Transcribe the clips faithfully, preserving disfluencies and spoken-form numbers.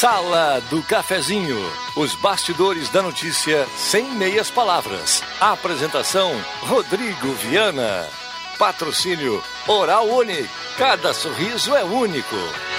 Sala do Cafezinho. Os bastidores da notícia sem meias palavras. Apresentação, Rodrigo Viana. Patrocínio Oral Unique. Cada sorriso é único.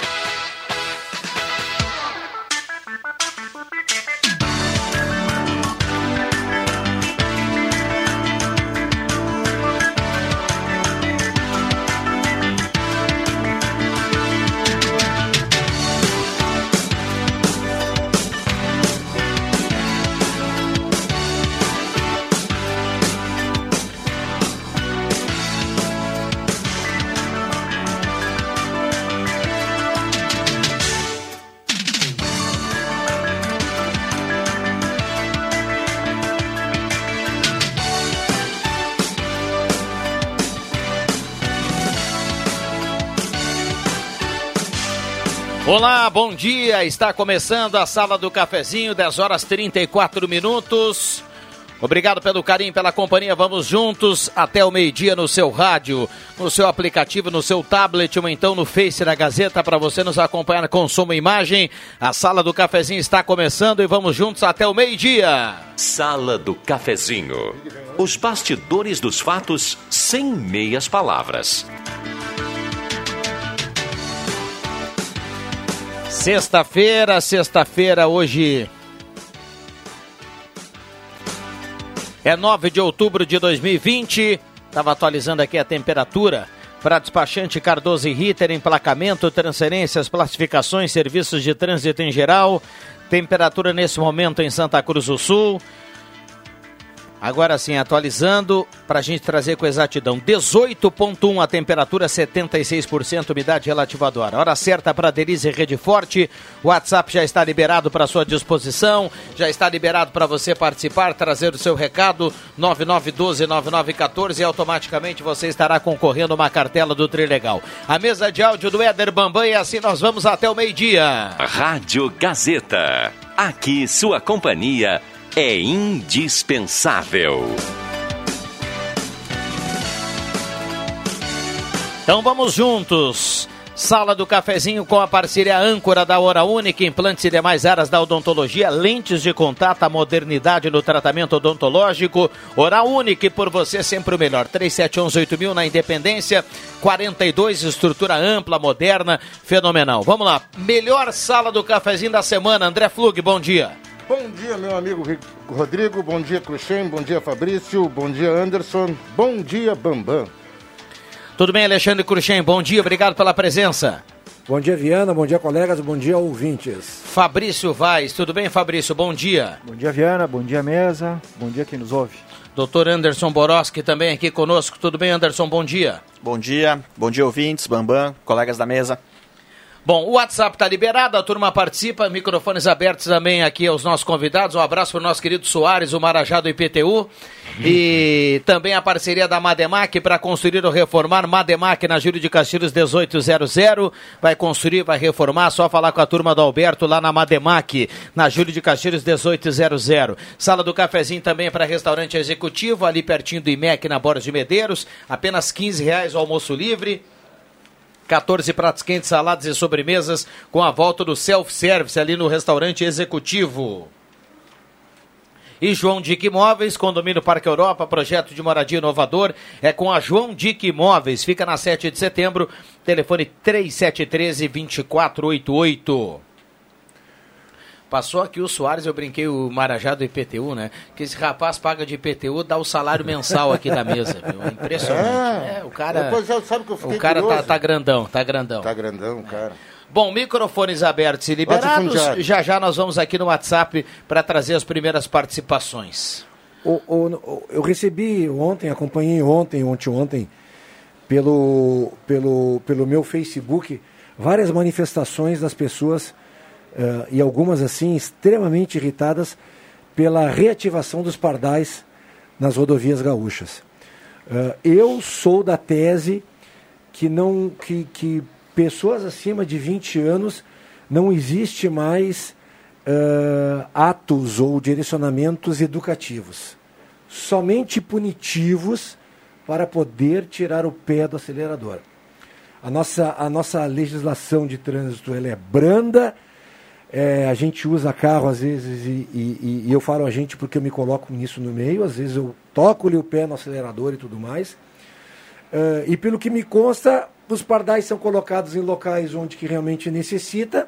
Olá, bom dia, está começando a Sala do Cafezinho, dez horas e trinta e quatro minutos. Obrigado pelo carinho, pela companhia, vamos juntos até o meio-dia no seu rádio, no seu aplicativo, no seu tablet ou então no Face da Gazeta para você nos acompanhar com som e imagem. A Sala do Cafezinho está começando e vamos juntos até o meio-dia. Sala do Cafezinho, os bastidores dos fatos sem meias palavras. Sexta-feira, sexta-feira, hoje é nove de outubro de dois mil e vinte. Estava atualizando aqui a temperatura para despachante Cardoso e Ritter, emplacamento, transferências, classificações, serviços de trânsito em geral. Temperatura nesse momento em Santa Cruz do Sul. Agora sim, atualizando para a gente trazer com exatidão. dezoito ponto um a temperatura, setenta e seis por cento umidade relativa do ar. Hora certa para Denise Rede Forte. O WhatsApp já está liberado para sua disposição. Já está liberado para você participar, trazer o seu recado. nove nove um dois nove nove um quatro e automaticamente você estará concorrendo a uma cartela do Trilegal. A mesa de áudio do Éder Bambam e assim nós vamos até o meio-dia. Rádio Gazeta. Aqui sua companhia é indispensável. Então vamos juntos. Sala do Cafezinho com a parceria âncora da Oral Unique, implantes e demais áreas da odontologia, lentes de contato, a modernidade no tratamento odontológico. Oral Unique, por você sempre o melhor. três sete um oito mil na Independência, quarenta e dois, estrutura ampla, moderna, fenomenal. Vamos lá, melhor Sala do Cafezinho da semana. André Flug, bom dia. Bom dia, meu amigo Rodrigo, bom dia, Cruxem, bom dia, Fabrício, bom dia, Anderson, bom dia, Bambam. Tudo bem, Alexandre Cruxem, bom dia, obrigado pela presença. Bom dia, Viana, bom dia, colegas, bom dia, ouvintes. Fabrício Vaz, tudo bem, Fabrício, bom dia. Bom dia, Viana, bom dia, mesa, bom dia quem nos ouve. Doutor Anderson Boroski também aqui conosco, tudo bem, Anderson, bom dia. Bom dia, bom dia, ouvintes, Bambam, colegas da mesa. Bom, o WhatsApp está liberado, a turma participa, microfones abertos também aqui aos nossos convidados. Um abraço para o nosso querido Soares, o Marajá do I P T U. E também a parceria da Mademac para construir ou reformar. Mademac na Júlio de Castilhos dezoito zero zero. Vai construir, vai reformar, só falar com a turma do Alberto lá na Mademac, na Júlio de Castilhos dezoito zero zero. Sala do Cafezinho também para restaurante executivo, ali pertinho do I M E C na Borges de Medeiros. Apenas quinze reais o almoço livre. quatorze pratos quentes, saladas e sobremesas com a volta do self-service ali no restaurante executivo. E João Dick Imóveis, condomínio Parque Europa, projeto de moradia inovador, é com a João Dick Imóveis, fica na sete de setembro, telefone três sete um três, dois quatro oito oito. Passou aqui o Soares, eu brinquei o Marajá do I P T U, né? Que esse rapaz paga de I P T U, dá o salário mensal aqui da mesa, viu? É impressionante. É, é, o cara, Depois, sabe que eu fiquei o cara tá, curioso? tá grandão, tá grandão. Tá grandão, cara. Bom, microfones abertos e liberados, já já nós vamos aqui no WhatsApp para trazer as primeiras participações. O, o, eu recebi ontem, acompanhei ontem, ontem, ontem, pelo, pelo, pelo meu Facebook, várias manifestações das pessoas, uh, e algumas assim, extremamente irritadas pela reativação dos pardais nas rodovias gaúchas. Uh, eu sou da tese que, não, que, que pessoas acima de vinte anos não existe mais uh, atos ou direcionamentos educativos, somente punitivos para poder tirar o pé do acelerador. A nossa, a nossa legislação de trânsito ela é branda, É, a gente usa carro às vezes e, e, e eu falo a gente porque eu me coloco nisso no meio, às vezes eu toco-lhe o pé no acelerador e tudo mais. Uh, e pelo que me consta, os pardais são colocados em locais onde que realmente necessita.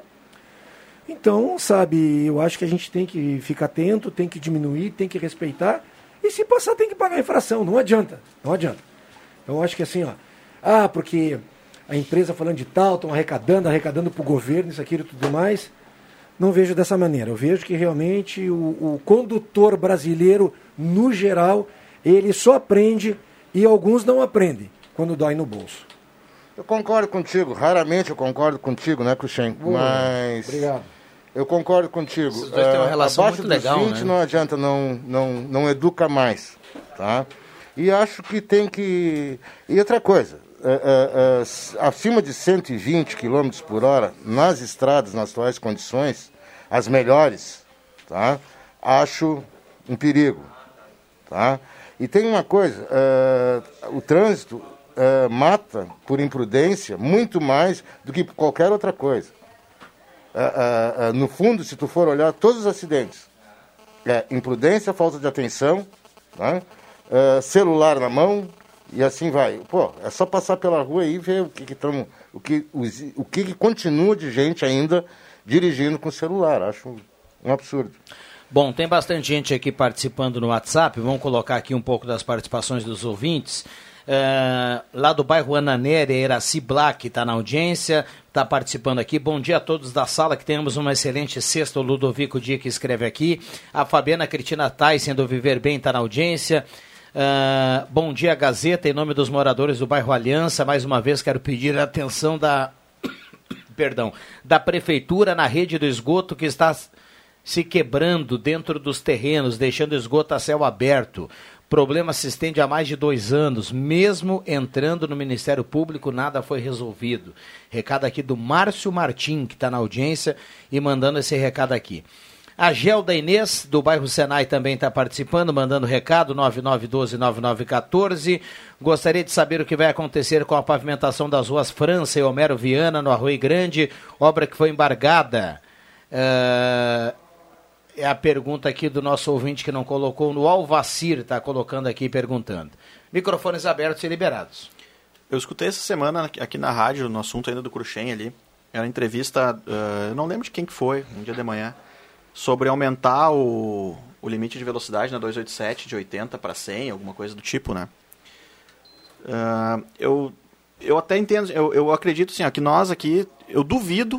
Então, sabe, eu acho que a gente tem que ficar atento, tem que diminuir, tem que respeitar. E se passar, tem que pagar a infração. Não adianta, não adianta. Então, eu acho que assim, ó, ah, porque a empresa falando de tal, estão arrecadando, arrecadando para o governo, isso, aquilo e tudo mais. Não vejo dessa maneira. Eu vejo que realmente o, o condutor brasileiro, no geral, ele só aprende e alguns não aprendem quando dói no bolso. Eu concordo contigo. Raramente eu concordo contigo, né, Cruxem? Uh, Mas... Obrigado. Eu concordo contigo. Esses dois têm uma relação abaixo muito legal, dos vinte, né? Não adianta, não, não, não educa mais. Tá? E acho que tem que... E outra coisa... Uh, uh, uh, acima de cento e vinte quilômetros por hora nas estradas, nas atuais condições, as melhores, tá? Acho um perigo. Tá? E tem uma coisa, uh, o trânsito uh, mata por imprudência muito mais do que por qualquer outra coisa. Uh, uh, uh, no fundo, se tu for olhar todos os acidentes, é imprudência, falta de atenção, tá? uh, celular na mão, e assim vai. Pô, é só passar pela rua aí e ver o que que tamo, o que os, o que, que continua de gente ainda dirigindo com celular. Acho um absurdo. Bom, tem bastante gente aqui participando no WhatsApp. Vamos colocar aqui um pouco das participações dos ouvintes. Uh, lá do bairro Ananéria, Iraci Black está na audiência, está participando aqui. Bom dia a todos da sala, que tenhamos uma excelente sexta. O Ludovico Dia que escreve aqui. A Fabiana Cristina Tyson do Viver Bem está na audiência. Uh, bom dia, Gazeta, em nome dos moradores do bairro Aliança, mais uma vez quero pedir a atenção da, perdão, da prefeitura na rede do esgoto que está se quebrando dentro dos terrenos, deixando o esgoto a céu aberto. O problema se estende há mais de dois anos, mesmo entrando no Ministério Público, nada foi resolvido. Recado aqui do Márcio Martim, que está na audiência e mandando esse recado aqui. A Gelda Inês, do bairro Senai, também está participando, mandando recado, nove nove um dois, nove nove um quatro. Gostaria de saber o que vai acontecer com a pavimentação das ruas França e Homero Viana, no Arroio Grande, obra que foi embargada. Uh, é a pergunta aqui do nosso ouvinte que não colocou, no Alvacir, está colocando aqui, perguntando. Microfones abertos e liberados. Eu escutei essa semana aqui na rádio, no assunto ainda do Cruxem ali, era uma entrevista, uh, eu não lembro de quem que foi, um dia de manhã, sobre aumentar o, o limite de velocidade na duzentos e oitenta e sete de oitenta para cem, alguma coisa do tipo, né? Uh, eu, eu até entendo, eu, eu acredito assim, ó, que nós aqui, eu duvido,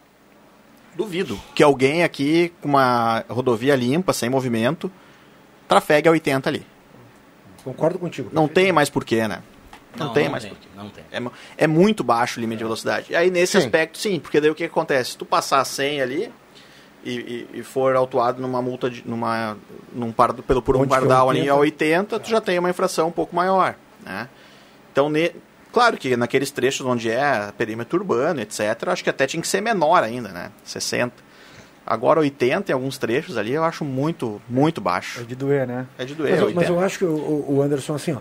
duvido que alguém aqui com uma rodovia limpa, sem movimento, trafegue a oitenta ali. Concordo contigo. Não tem mais porquê, né? Não, não tem não mais tem, porquê. Não tem. É, é muito baixo o limite de velocidade. E aí, nesse sim. aspecto, sim, porque daí o que acontece? Se tu passar cem ali... E, e, e for autuado numa multa, de, numa, num par, pelo, por um pardal ali a oitenta, tu já tem uma infração um pouco maior, né? Então, ne, claro que naqueles trechos onde é perímetro urbano, etcétera, acho que até tinha que ser menor ainda, né? sessenta. Agora oitenta em alguns trechos ali eu acho muito, muito baixo. É de doer, né? É de doer. Mas, mas eu acho que o, o Anderson, assim, ó,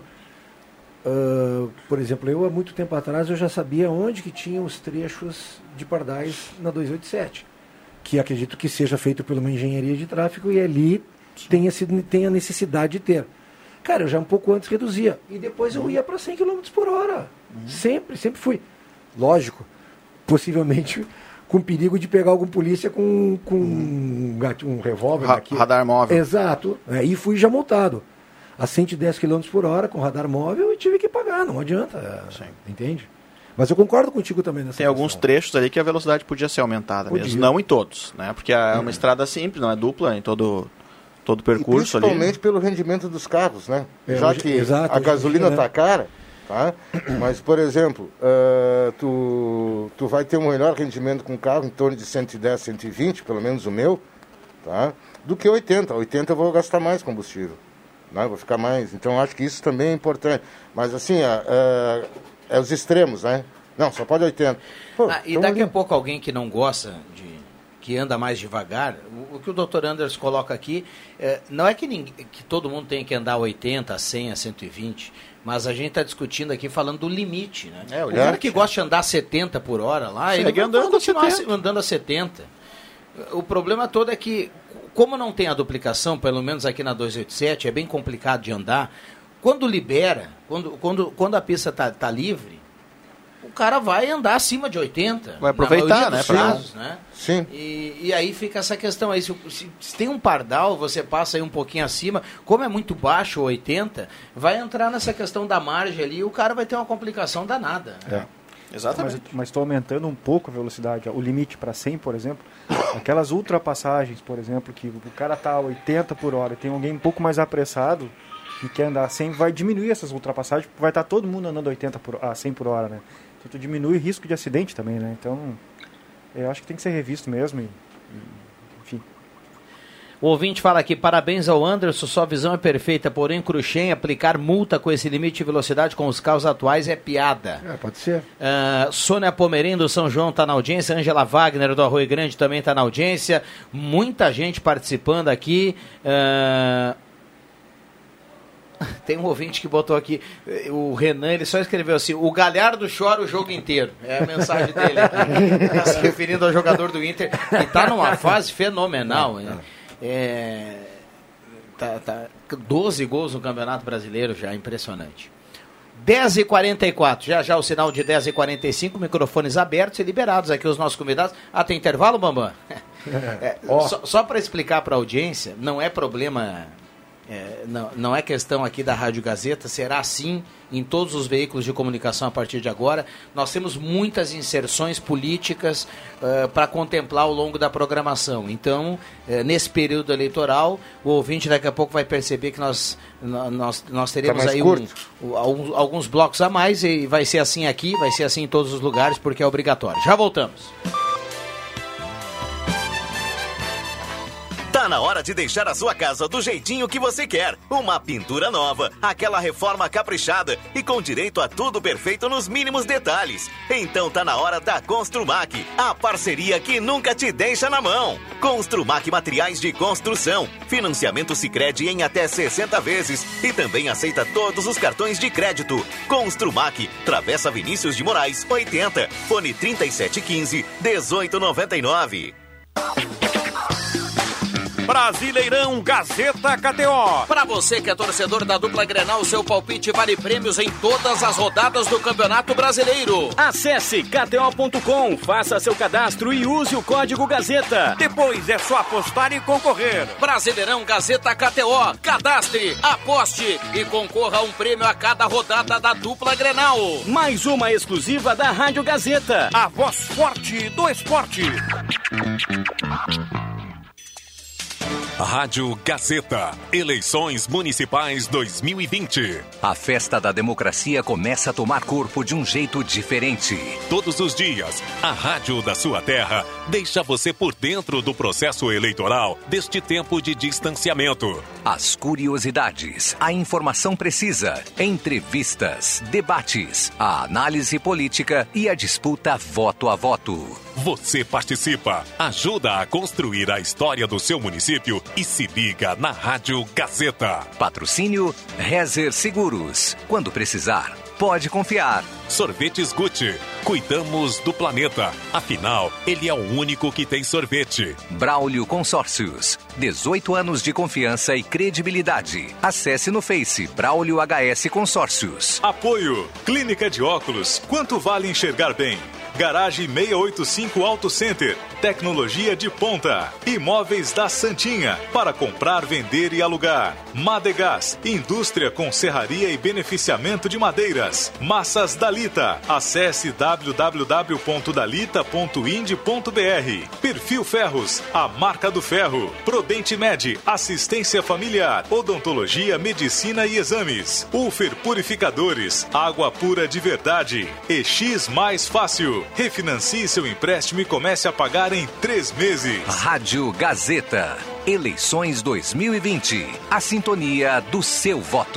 uh, por exemplo, eu há muito tempo atrás eu já sabia onde que tinha os trechos de pardais na duzentos e oitenta e sete. Que acredito que seja feito por uma engenharia de tráfego e ali tenha, sido, tenha necessidade de ter. Cara, eu já um pouco antes reduzia. E depois eu ia para cem quilômetros por hora. Uhum. Sempre, sempre fui. Lógico, possivelmente com perigo de pegar algum polícia com, com uhum. um, um revólver. Ra radar móvel. Exato. Aí fui já multado. A cento e dez quilômetros por hora com radar móvel e tive que pagar. Não adianta. Sim. Entende? Mas eu concordo contigo também nessa Tem questão. Alguns trechos ali que a velocidade podia ser aumentada podia. mesmo, não em todos, né? Porque é uma uhum. estrada simples, não é dupla em todo todo o percurso ali. Principalmente pelo rendimento dos carros, né? É, Já hoje, que exato, a gasolina está né? cara, tá? Mas, por exemplo, uh, tu, tu vai ter um melhor rendimento com o carro em torno de cento e dez, cento e vinte, pelo menos o meu, tá? Do que oitenta. oitenta eu vou gastar mais combustível, né? Vou ficar mais. Então, acho que isso também é importante. Mas, assim, uh, uh, é os extremos, né? Não, só pode oitenta. Pô, ah, e daqui ali. a pouco alguém que não gosta, de, que anda mais devagar, o, o que o doutor Anders coloca aqui, é, não é que, ninguém, que todo mundo tem que andar oitenta, a cem, a cento e vinte, mas a gente está discutindo aqui falando do limite, né? É, o, o cara que gosta de andar setenta por hora lá, Segue ele vai andando continuar a andando a setenta. O problema todo é que, como não tem a duplicação, pelo menos aqui na duzentos e oitenta e sete, é bem complicado de andar. Quando libera, quando, quando, quando a pista está tá livre, o cara vai andar acima de oitenta. Vai aproveitar, né? Casos, né? Sim. E, e aí fica essa questão aí. Se, se, se tem um pardal, você passa aí um pouquinho acima. Como é muito baixo, oitenta, vai entrar nessa questão da margem ali e o cara vai ter uma complicação danada. É. Exatamente. Mas estou aumentando um pouco a velocidade. O limite para cem, por exemplo, aquelas ultrapassagens, por exemplo, que o cara está a oitenta por hora e tem alguém um pouco mais apressado e quer andar a cem, vai diminuir essas ultrapassagens, porque vai estar todo mundo andando oitenta por, a cem por hora, né? Então tu diminui o risco de acidente também, né? Então, eu acho que tem que ser revisto mesmo e, e, enfim. O ouvinte fala aqui, parabéns ao Anderson, sua visão é perfeita, porém Cruxem aplicar multa com esse limite de velocidade com os carros atuais é piada. É, pode ser. Uh, Sônia Pomerim do São João está na audiência, Ângela Wagner do Arroio Grande também está na audiência, muita gente participando aqui. Uh... Tem um ouvinte que botou aqui, o Renan, ele só escreveu assim, o Galhardo chora o jogo inteiro. É a mensagem dele aqui, se referindo ao jogador do Inter, que está numa fase fenomenal. Né? É, tá, tá, doze gols no Campeonato Brasileiro já, impressionante. dez e quarenta e quatro, já já o sinal de dez e quarenta e cinco, microfones abertos e liberados aqui os nossos convidados. Ah, tem intervalo, Bambam? É, oh. Só, só para explicar para a audiência, não é problema... É, não, não é questão aqui da Rádio Gazeta, será assim em todos os veículos de comunicação a partir de agora. Nós temos muitas inserções políticas uh, para contemplar ao longo da programação. Então, uh, nesse período eleitoral, o ouvinte daqui a pouco vai perceber que nós, nós, nós teremos tá aí um, um, alguns blocos a mais e vai ser assim aqui, vai ser assim em todos os lugares, porque é obrigatório. Já voltamos. Tá na hora de deixar a sua casa do jeitinho que você quer. Uma pintura nova, aquela reforma caprichada e com direito a tudo perfeito nos mínimos detalhes. Então tá na hora da Construmac, a parceria que nunca te deixa na mão. Construmac Materiais de Construção, financiamento Sicredi em até sessenta vezes e também aceita todos os cartões de crédito. Construmac, Travessa Vinícius de Moraes, oitenta, fone trinta e sete quinze, dezoito noventa e nove. Brasileirão Gazeta K T O. Para você que é torcedor da dupla Grenal, seu palpite vale prêmios em todas as rodadas do Campeonato Brasileiro. Acesse K T O ponto com, faça seu cadastro e use o código Gazeta. Depois é só apostar e concorrer. Brasileirão Gazeta K T O. Cadastre, aposte e concorra a um prêmio a cada rodada da dupla Grenal. Mais uma exclusiva da Rádio Gazeta. A voz forte do esporte. Rádio Gazeta, eleições municipais dois mil e vinte. A festa da democracia começa a tomar corpo de um jeito diferente. Todos os dias, a rádio da sua terra deixa você por dentro do processo eleitoral deste tempo de distanciamento. As curiosidades, a informação precisa, entrevistas, debates, a análise política e a disputa voto a voto. Você participa, ajuda a construir a história do seu município e se liga na Rádio Gazeta. Patrocínio Rezer Seguros. Quando precisar, pode confiar. Sorvetes Gucci. Cuidamos do planeta. Afinal, ele é o único que tem sorvete. Braulio Consórcios. dezoito anos de confiança e credibilidade. Acesse no Face Braulio H S Consórcios. Apoio. Clínica de óculos. Quanto vale enxergar bem? Garagem seiscentos e oitenta e cinco Auto Center. Tecnologia de ponta. Imóveis da Santinha. Para comprar, vender e alugar. Madegás. Indústria com serraria e beneficiamento de madeiras. Massas Dalita. Acesse w w w ponto dalita ponto ind ponto b r. Perfil Ferros. A marca do ferro. Prodente Med. Assistência familiar. Odontologia, medicina e exames. Ufer Purificadores. Água pura de verdade. E X Mais Fácil. Refinancie seu empréstimo e comece a pagar em três meses. Rádio Gazeta. Eleições dois mil e vinte. A sintonia do seu voto.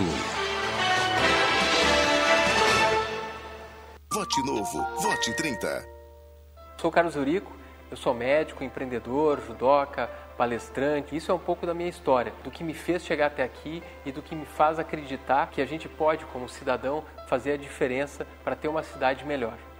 Vote Novo. Vote trinta. Sou Carlos Eurico. Eu sou médico, empreendedor, judoca, palestrante. Isso é um pouco da minha história, do que me fez chegar até aqui e do que me faz acreditar que a gente pode, como cidadão, fazer a diferença para ter uma cidade melhor.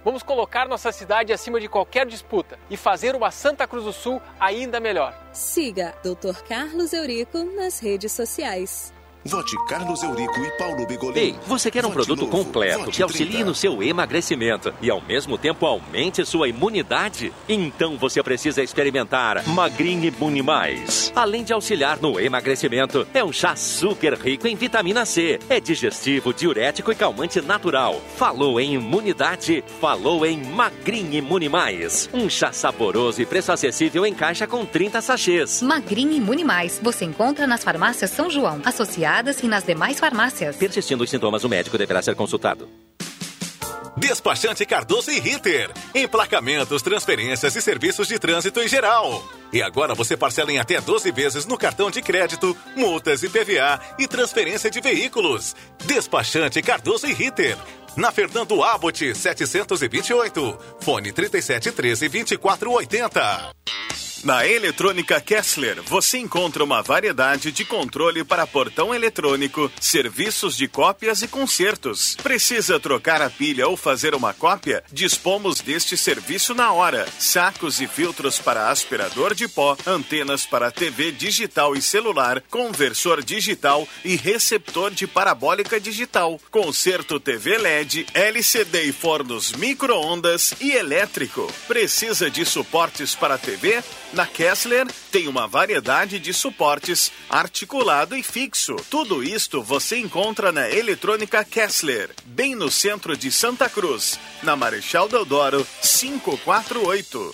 Vamos colocar nossa cidade acima de qualquer disputa e fazer uma Santa Cruz do Sul ainda melhor. Siga doutor Carlos Eurico nas redes sociais. Vote Carlos Eurico e Paulo Bigolin. Ei, você quer um Vote produto novo. completo Vote que auxilie trinta. no seu emagrecimento e ao mesmo tempo aumente sua imunidade? Então você precisa experimentar Magrinho Imune Mais. Além de auxiliar no emagrecimento, é um chá super rico em vitamina C. É digestivo, diurético e calmante natural. Falou em imunidade, falou em Magrinho Imune Mais. Um chá saboroso e preço acessível em caixa com trinta sachês. Magrinho Imune Mais. Você encontra nas farmácias São João, associadas e nas demais farmácias. Persistindo os sintomas, o médico deverá ser consultado. Despachante Cardoso e Ritter. Emplacamentos, transferências e serviços de trânsito em geral. E agora você parcela em até doze vezes no cartão de crédito, multas e P V A e transferência de veículos. Despachante Cardoso e Ritter. Na Fernando Abbott, setecentos e vinte e oito. Fone trinta e sete, treze, vinte e quatro, oitenta. Na Eletrônica Kessler, você encontra uma variedade de controle para portão eletrônico, serviços de cópias e consertos. Precisa trocar a pilha ou fazer uma cópia? Dispomos deste serviço na hora. Sacos e filtros para aspirador de pó, antenas para T V digital e celular, conversor digital e receptor de parabólica digital. Conserto T V L E D, L C D e fornos micro-ondas e elétrico. Precisa de suportes para T V? Na Kessler tem uma variedade de suportes articulado e fixo. Tudo isto você encontra na Eletrônica Kessler, bem no centro de Santa Cruz, na Marechal Deodoro quinhentos e quarenta e oito.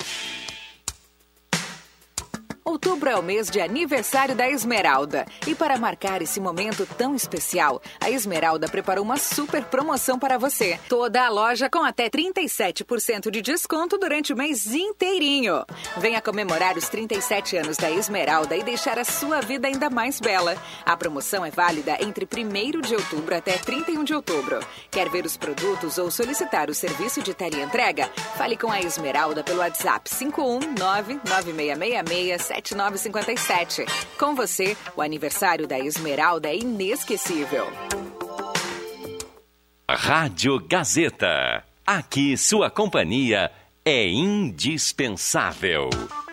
Outubro é o mês de aniversário da Esmeralda. E para marcar esse momento tão especial, a Esmeralda preparou uma super promoção para você. Toda a loja com até trinta e sete por cento de desconto durante o mês inteirinho. Venha comemorar os trinta e sete anos da Esmeralda e deixar a sua vida ainda mais bela. A promoção é válida entre primeiro de outubro até trinta e um de outubro. Quer ver os produtos ou solicitar o serviço de teleentrega? Fale com a Esmeralda pelo WhatsApp cinco um nove, nove seis seis seis, sete nove cinco sete. Com você, o aniversário da Esmeralda é inesquecível. Rádio Gazeta. Aqui sua companhia é indispensável.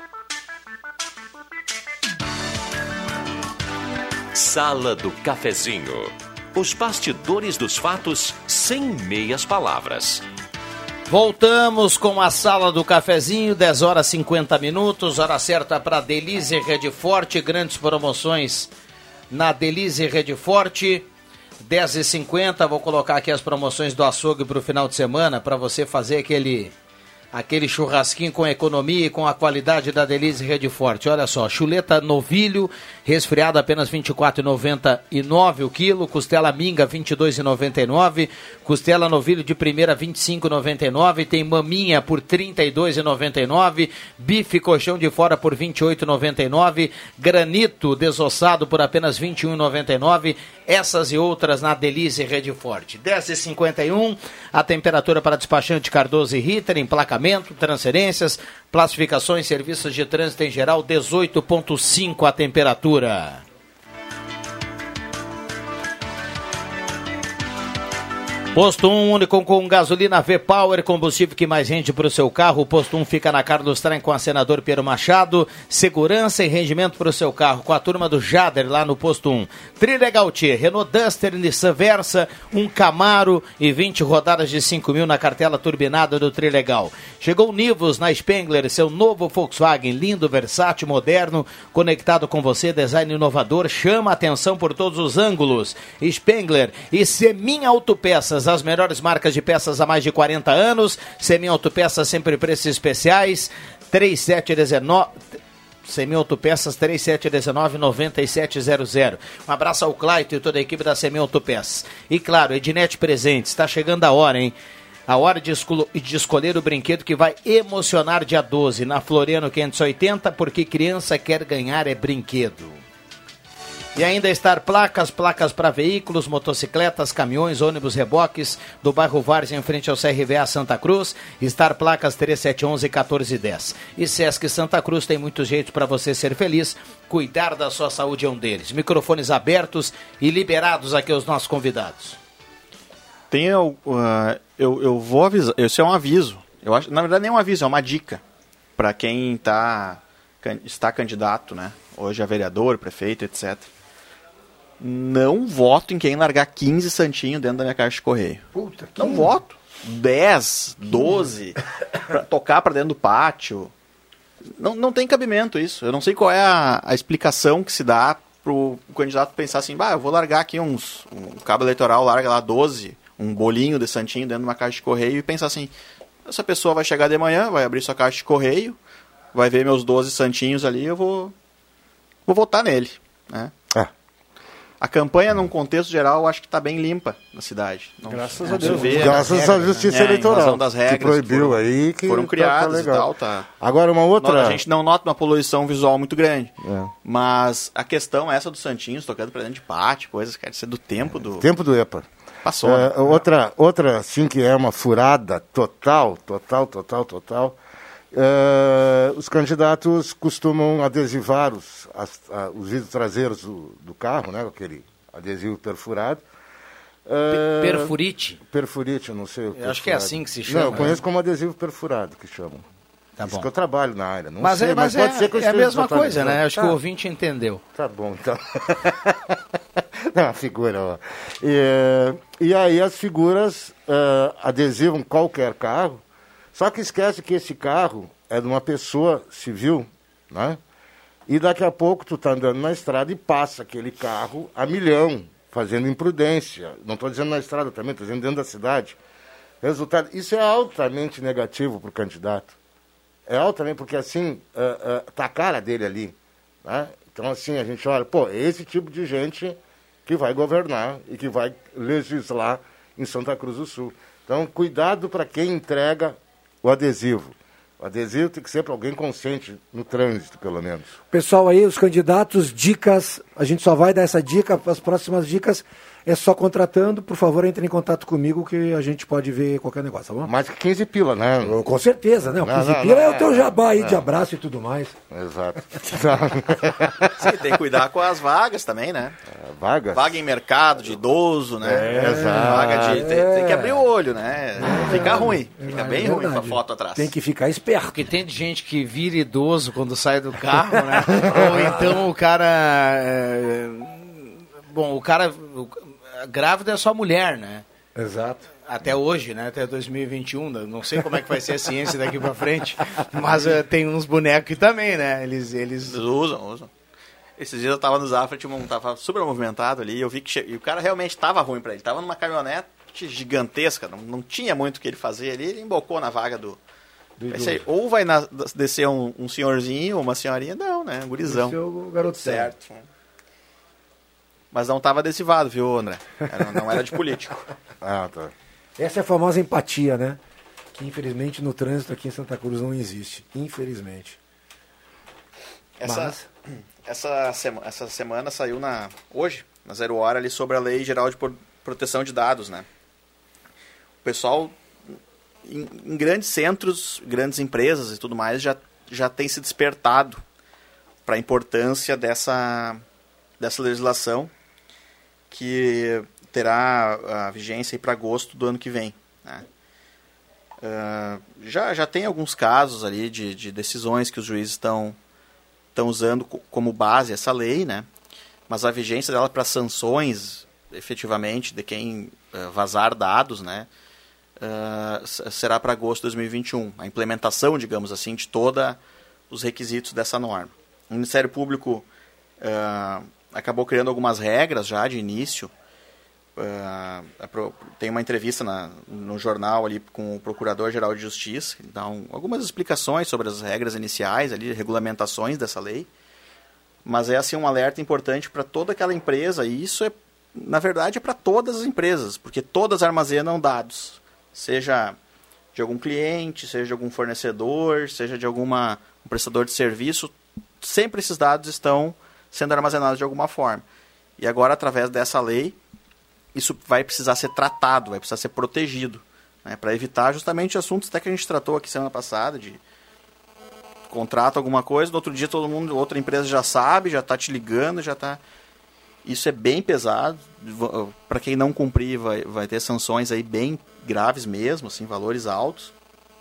Sala do Cafezinho. Os bastidores dos fatos sem meias palavras. Voltamos com a Sala do Cafezinho, dez horas e cinquenta minutos, hora certa para Delize Rede Forte, grandes promoções na Delize Rede Forte, dez e cinquenta, vou colocar aqui as promoções do açougue para o final de semana, para você fazer aquele, aquele churrasquinho com economia e com a qualidade da Delize Rede Forte. Olha só, chuleta novilho, resfriada apenas vinte e quatro reais e noventa e nove centavos o quilo, costela minga vinte e dois reais e noventa e nove centavos, costela novilho de primeira vinte e cinco reais e noventa e nove centavos, tem maminha por trinta e dois reais e noventa e nove centavos, bife colchão de fora por vinte e oito reais e noventa e nove centavos, granito desossado por apenas vinte e um reais e noventa e nove centavos, essas e outras na Delize Rede Forte. dez e cinquenta e um, a temperatura para despachante Cardoso e Ritter, emplacamento, transferências, classificações, serviços de trânsito em geral, dezoito vírgula cinco a temperatura. Posto um, único com gasolina V-Power, combustível que mais rende para o seu carro. O Posto um fica na Carlos Traem com a Senador Pedro Machado. Segurança e rendimento para o seu carro com a turma do Jader lá no Posto um. Trilegal T, Renault Duster, Nissan Versa, um Camaro e vinte rodadas de cinco mil na cartela turbinada do Trilegal. Chegou o Nivus na Spengler, seu novo Volkswagen, lindo, versátil, moderno, conectado com você, design inovador, chama a atenção por todos os ângulos. Spengler e Semin Autopeças, as melhores marcas de peças há mais de quarenta anos. Semin Autopeças, sempre preços especiais. três sete um nove Semin Autopeças, três sete um nove, nove sete zero zero. Um abraço ao Claito e toda a equipe da Semin Autopeças. E claro, Ednet Presentes, está chegando a hora, hein? A hora de, escol- de escolher o brinquedo que vai emocionar dia doze, na Floriano quinhentos e oitenta, porque criança quer ganhar é brinquedo. E ainda Star Placas, placas para veículos, motocicletas, caminhões, ônibus, reboques, do bairro Várzea em frente ao C R V A Santa Cruz. Star Placas três sete um um, um quatro um zero. E Sesc Santa Cruz tem muitos jeitos para você ser feliz. Cuidar da sua saúde é um deles. Microfones abertos e liberados aqui aos nossos convidados. Tem, uh, eu, eu vou avisar, esse é um aviso, eu acho, na verdade nem é um aviso, é uma dica para quem tá, está candidato, né, hoje a vereador, prefeito, etcétera. Não voto em quem largar quinze santinhos dentro da minha caixa de correio. Puta, que não voto. dez, doze, pra tocar para dentro do pátio. Não, não tem cabimento isso. Eu não sei qual é a, a explicação que se dá pro candidato pensar assim, bah, eu vou largar aqui uns, um cabo eleitoral, larga lá doze, um bolinho de santinho dentro de uma caixa de correio e pensar assim, essa pessoa vai chegar de manhã, vai abrir sua caixa de correio, vai ver meus doze santinhos ali, eu vou, vou votar nele, né? Ah. A campanha, num contexto geral, eu acho que está bem limpa na cidade. Não, Graças não a Deus. Vê, Graças à Justiça é, Eleitoral. Das regras que proibiu que foram, aí. Que foram criadas tá e tal. Tá. Agora, uma outra... A gente não nota uma poluição visual muito grande. É. Mas a questão essa dos santinhos tocando para dentro de pátio, coisas que quer dizer do tempo do... Tempo do EPA. Passou, é, né? Outra, outra, assim, que é uma furada total, total, total, total... É, os candidatos costumam adesivar os, as, a, os vidros traseiros do, do carro, né? Aquele adesivo perfurado. É, Perfurite? Perfurite, eu não sei. Eu perfurado. acho que é assim que se chama. Não, eu conheço como adesivo perfurado que chamam. Tá Isso bom. que eu trabalho na área. Não mas sei, é, mas, mas pode é, ser que eu é a esteja mesma coisa, né? totalizando. Acho Tá. que o ouvinte entendeu. Tá bom, então. Não, figura, ó. E, e aí as figuras uh, adesivam qualquer carro, só que esquece que esse carro é de uma pessoa civil, né? E daqui a pouco tu tá andando na estrada e passa aquele carro a milhão, fazendo imprudência. Não estou dizendo na estrada também, estou dizendo dentro da cidade. Resultado, isso é altamente negativo para o candidato. É altamente, porque assim, uh, uh, tá a cara dele ali, né? Então assim, a gente olha, pô, é esse tipo de gente que vai governar e que vai legislar em Santa Cruz do Sul. Então, cuidado para quem entrega o adesivo. O adesivo tem que ser para alguém consciente no trânsito, pelo menos. Pessoal aí, os candidatos, dicas, a gente só vai dar essa dica, as próximas dicas é só contratando, por favor, entre em contato comigo que a gente pode ver qualquer negócio, tá bom? Mais que quinze pila, né? Com certeza, né? O Não, quinze não, pila não, é o teu jabá aí não. de abraço e tudo mais. Exato. Sim, tem que cuidar com as vagas também, né? É, vagas? Vaga em mercado, de idoso, né? É, exato. Vaga de... Tem, É. tem que abrir o olho, né? Fica ruim. Fica É bem verdade. ruim com a foto atrás. Tem que ficar esperto. Porque tem de gente que vira idoso quando sai do carro, né? Ou então o cara... é, Bom, o cara... o- a grávida é só mulher, né? Exato. Até hoje, né? Até dois mil e vinte e um. Não sei como é que vai ser a ciência daqui pra frente. Mas eh, tem uns bonecos que também, né? Eles... eles... Eles usam, usam. Esses dias eu tava no Zafra, tinha um, tava super movimentado ali, e eu vi que che... e o cara realmente tava ruim pra ele. Tava numa caminhonete gigantesca, não, não tinha muito o que ele fazer ali, ele embocou na vaga do... Do Pensei, ou vai na- descer um, um senhorzinho ou uma senhorinha, não, né? Um gurizão. Desceu o garoto certo. Mas não tava adesivado, viu, André? Era- não era de político. Ah, tá. Essa é a famosa empatia, né? Que infelizmente no trânsito aqui em Santa Cruz não existe. Infelizmente. Essa, Mas- essa, sema- essa semana saiu na hoje, na Zero Hora, ali sobre a Lei Geral de Pro- Proteção de Dados, né? O pessoal, em, em grandes centros, grandes empresas e tudo mais, já, já tem se despertado para a importância dessa, dessa legislação que terá a vigência para agosto do ano que vem, né? Uh, já, já tem alguns casos ali de, de decisões que os juízes estão estão usando co- como base essa lei, né? Mas a vigência dela para sanções, efetivamente, de quem uh, vazar dados, né? Uh, s- será para agosto de dois mil e vinte e um. A implementação, digamos assim, de todos os requisitos dessa norma. O Ministério Público uh, acabou criando algumas regras já de início. Uh, a pro- tem uma entrevista na, no jornal ali com o Procurador-Geral de Justiça, então algumas explicações sobre as regras iniciais ali, regulamentações dessa lei, mas é assim um alerta importante para toda aquela empresa, e isso é, na verdade, é para todas as empresas, porque todas armazenam dados, seja de algum cliente, seja de algum fornecedor, seja de alguma um prestador de serviço, sempre esses dados estão sendo armazenados de alguma forma. E agora, através dessa lei, isso vai precisar ser tratado, vai precisar ser protegido, né, para evitar justamente assuntos até que a gente tratou aqui semana passada, de contrato alguma coisa, no outro dia todo mundo, outra empresa já sabe, já está te ligando, já está... isso é bem pesado. Para quem não cumprir, vai, vai ter sanções aí bem graves mesmo, assim, valores altos.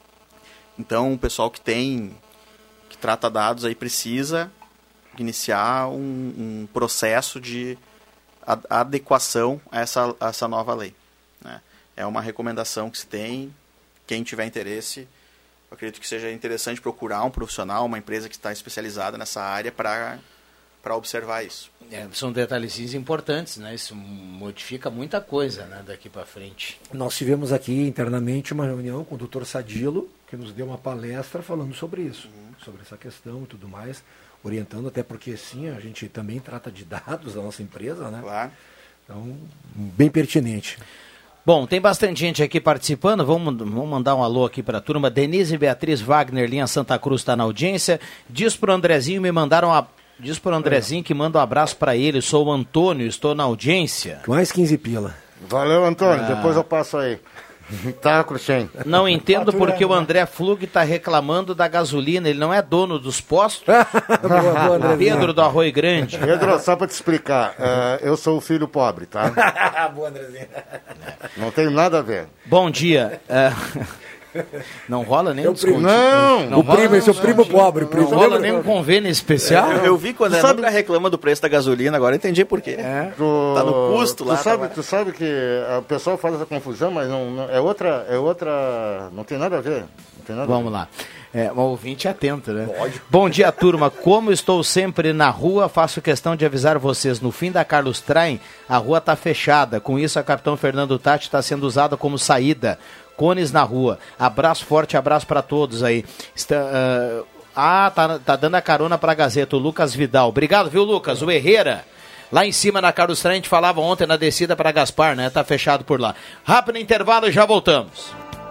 Então, o pessoal que tem, que trata dados aí precisa iniciar um, um processo de ad- adequação a essa, a essa nova lei, né? É uma recomendação que se tem. Quem tiver interesse, eu acredito que seja interessante procurar um profissional, uma empresa que está especializada nessa área para para observar isso. É, são detalhezinhos importantes, né? Isso modifica muita coisa, né, daqui para frente. Nós tivemos aqui internamente uma reunião com o doutor Sadilo, que nos deu uma palestra falando sobre isso, uhum. sobre essa questão e tudo mais, orientando, até porque sim, a gente também trata de dados da nossa empresa, né? Claro. Então, bem pertinente. Bom, tem bastante gente aqui participando, vamos, vamos mandar um alô aqui para a turma. Denise Beatriz Wagner, linha Santa Cruz, está na audiência. Diz pro Andrezinho, me mandaram a... Diz pro Andrezinho que manda um abraço para ele, sou o Antônio, estou na audiência. Mais quinze pila. Valeu, Antônio, Ah. depois eu passo aí. Tá, Cruxem. Não entendo porque o André Flug está reclamando da gasolina, ele não é dono dos postos? Boa, boa, Pedro do Arroio Grande. Pedro, só para te explicar, uh, eu sou o filho pobre, tá? Boa, Andrezinho. Não tem nada a ver. Bom dia. Uh, não rola nem É um o primo. desconto. Não, o primo, esse é o primo pobre. O primo Não rola nem um convênio especial? Eu, eu vi quando Tu a sabe- nunca reclama do preço da gasolina, agora eu entendi por quê. Tu, Tá no custo tu lá. Sabe, tá- tu sabe que o pessoal faz essa confusão, mas não, não- é outra, é outra, não tem nada a ver. Não tem nada Vamos a ver. lá. É, um ouvinte atento, né? Bom dia, turma. Como estou sempre na rua, faço questão de avisar vocês. No fim da Carlos Traem, a rua está fechada. Com isso, a Capitão Fernando Tati está sendo usada como saída. Cones na rua. Abraço forte, abraço para todos aí. Está, uh, ah, tá, tá dando a carona para a Gazeta, o Lucas Vidal. Obrigado, viu, Lucas? O Herrera. Lá em cima na Carlos Traem, a gente falava ontem na descida para Gaspar, né? Tá fechado por lá. Rápido intervalo e já voltamos.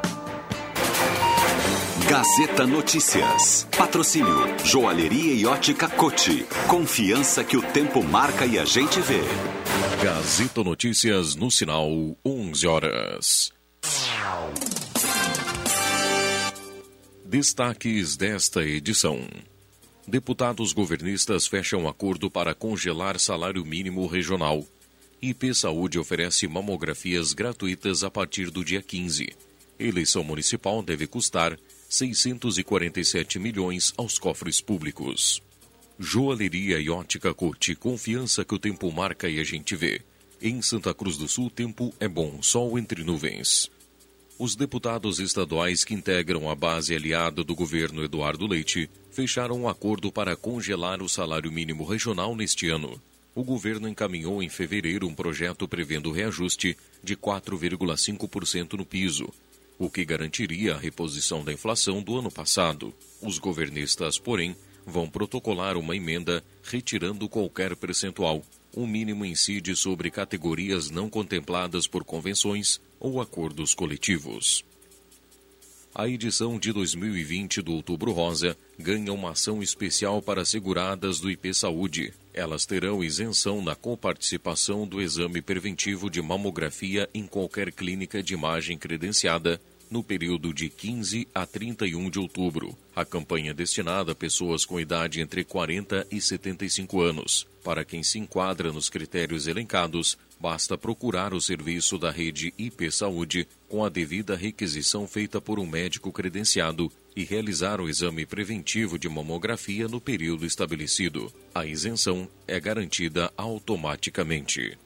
Gazeta Notícias. Patrocínio Joalheria e Ótica Cote. Confiança que o tempo marca e a gente vê. Gazeta Notícias no sinal onze horas. Destaques desta edição. Deputados governistas fecham acordo para congelar salário mínimo regional. I P Saúde oferece mamografias gratuitas a partir do dia quinze. Eleição municipal deve custar seiscentos e quarenta e sete milhões aos cofres públicos. Joalheria e Ótica Cote, confiança que o tempo marca e a gente vê. Em Santa Cruz do Sul, tempo é bom, sol entre nuvens. Os deputados estaduais que integram a base aliada do governo Eduardo Leite fecharam um acordo para congelar o salário mínimo regional neste ano. O governo encaminhou em fevereiro um projeto prevendo reajuste de quatro vírgula cinco por cento no piso, o que garantiria a reposição da inflação do ano passado. Os governistas, porém, vão protocolar uma emenda retirando qualquer percentual. O mínimo incide sobre categorias não contempladas por convenções ou acordos coletivos. A edição de dois mil e vinte do Outubro Rosa ganha uma ação especial para seguradas do I P Saúde. Elas terão isenção na coparticipação do exame preventivo de mamografia em qualquer clínica de imagem credenciada no período de quinze a trinta e um de outubro. A campanha é destinada a pessoas com idade entre quarenta e setenta e cinco anos. Para quem se enquadra nos critérios elencados, basta procurar o serviço da rede I P Saúde com a devida requisição feita por um médico credenciado e realizar o exame preventivo de mamografia no período estabelecido. A isenção é garantida automaticamente.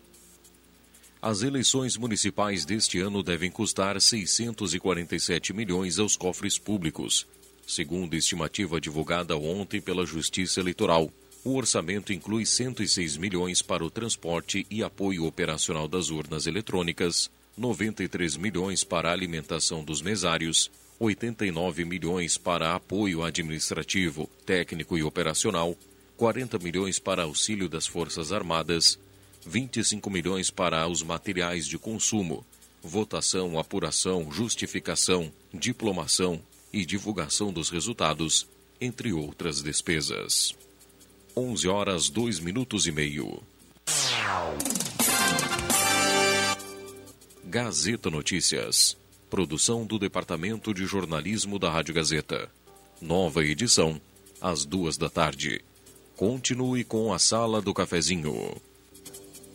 As eleições municipais deste ano devem custar seiscentos e quarenta e sete milhões aos cofres públicos. Segundo a estimativa divulgada ontem pela Justiça Eleitoral, o orçamento inclui cento e seis milhões para o transporte e apoio operacional das urnas eletrônicas, noventa e três milhões para a alimentação dos mesários, oitenta e nove milhões para apoio administrativo, técnico e operacional, quarenta milhões para auxílio das Forças Armadas, vinte e cinco milhões para os materiais de consumo, votação, apuração, justificação, diplomação e divulgação dos resultados, entre outras despesas. onze horas, dois minutos e meio. Gazeta Notícias. Produção do Departamento de Jornalismo da Rádio Gazeta. Nova edição, às duas da tarde. Continue com a Sala do Cafezinho.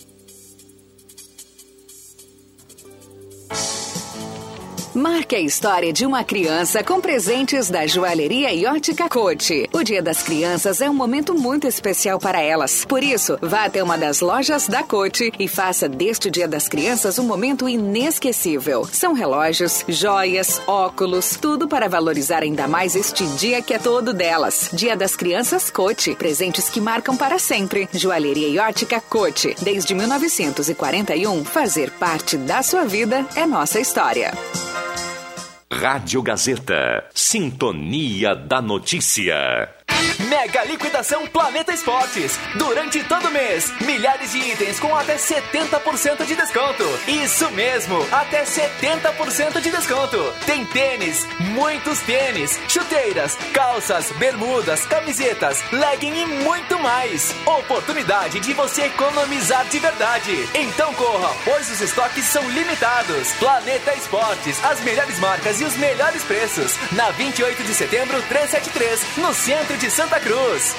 Marque a história de uma criança com presentes da Joalheria e Ótica Cote. O Dia das Crianças é um momento muito especial para elas. Por isso, vá até uma das lojas da Cote e faça deste Dia das Crianças um momento inesquecível. São relógios, joias, óculos, tudo para valorizar ainda mais este dia que é todo delas. Dia das Crianças Cote. Presentes que marcam para sempre. Joalheria e Ótica Cote. Desde mil novecentos e quarenta e um, fazer parte da sua vida é nossa história. Rádio Gazeta. Sintonia da Notícia. Mega liquidação Planeta Esportes. Durante todo mês, milhares de itens com até setenta por cento de desconto. Isso mesmo, até setenta por cento de desconto. Tem tênis, muitos tênis, chuteiras, calças, bermudas, camisetas, legging e muito mais. Oportunidade de você economizar de verdade. Então corra, pois os estoques são limitados. Planeta Esportes, as melhores marcas e os melhores preços. Na vinte e oito de setembro, trezentos e setenta e três, no centro de Santa Cruz.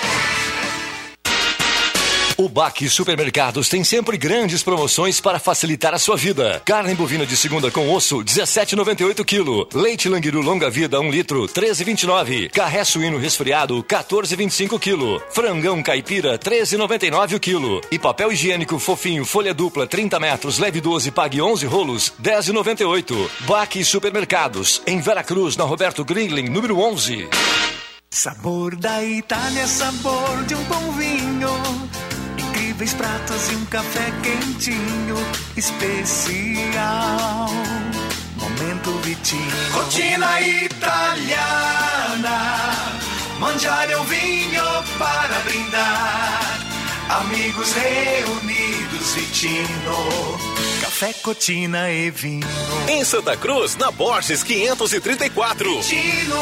O Baque Supermercados tem sempre grandes promoções para facilitar a sua vida. Carne bovina de segunda com osso, dezessete reais e noventa e oito quilo. Leite Languiru longa vida, um litro, treze reais e vinte e nove. Carré suíno resfriado, quatorze reais e vinte e cinco quilo. Frangão caipira, treze reais e noventa e nove o quilo. E papel higiênico fofinho, folha dupla, trinta metros, leve doze, pague onze rolos, dez reais e noventa e oito. Baque Supermercados, em Veracruz, na Roberto Grilling, número onze. Sabor da Itália, sabor de um bom vinho. Incríveis pratos e um café quentinho especial. Momento Vitinho. Rotina italiana. Mangiare um vinho para brindar. Amigos reunidos, Vitinho. Café, Cotina e vinho. Em Santa Cruz, na Borges quinhentos e trinta e quatro. Vitinho.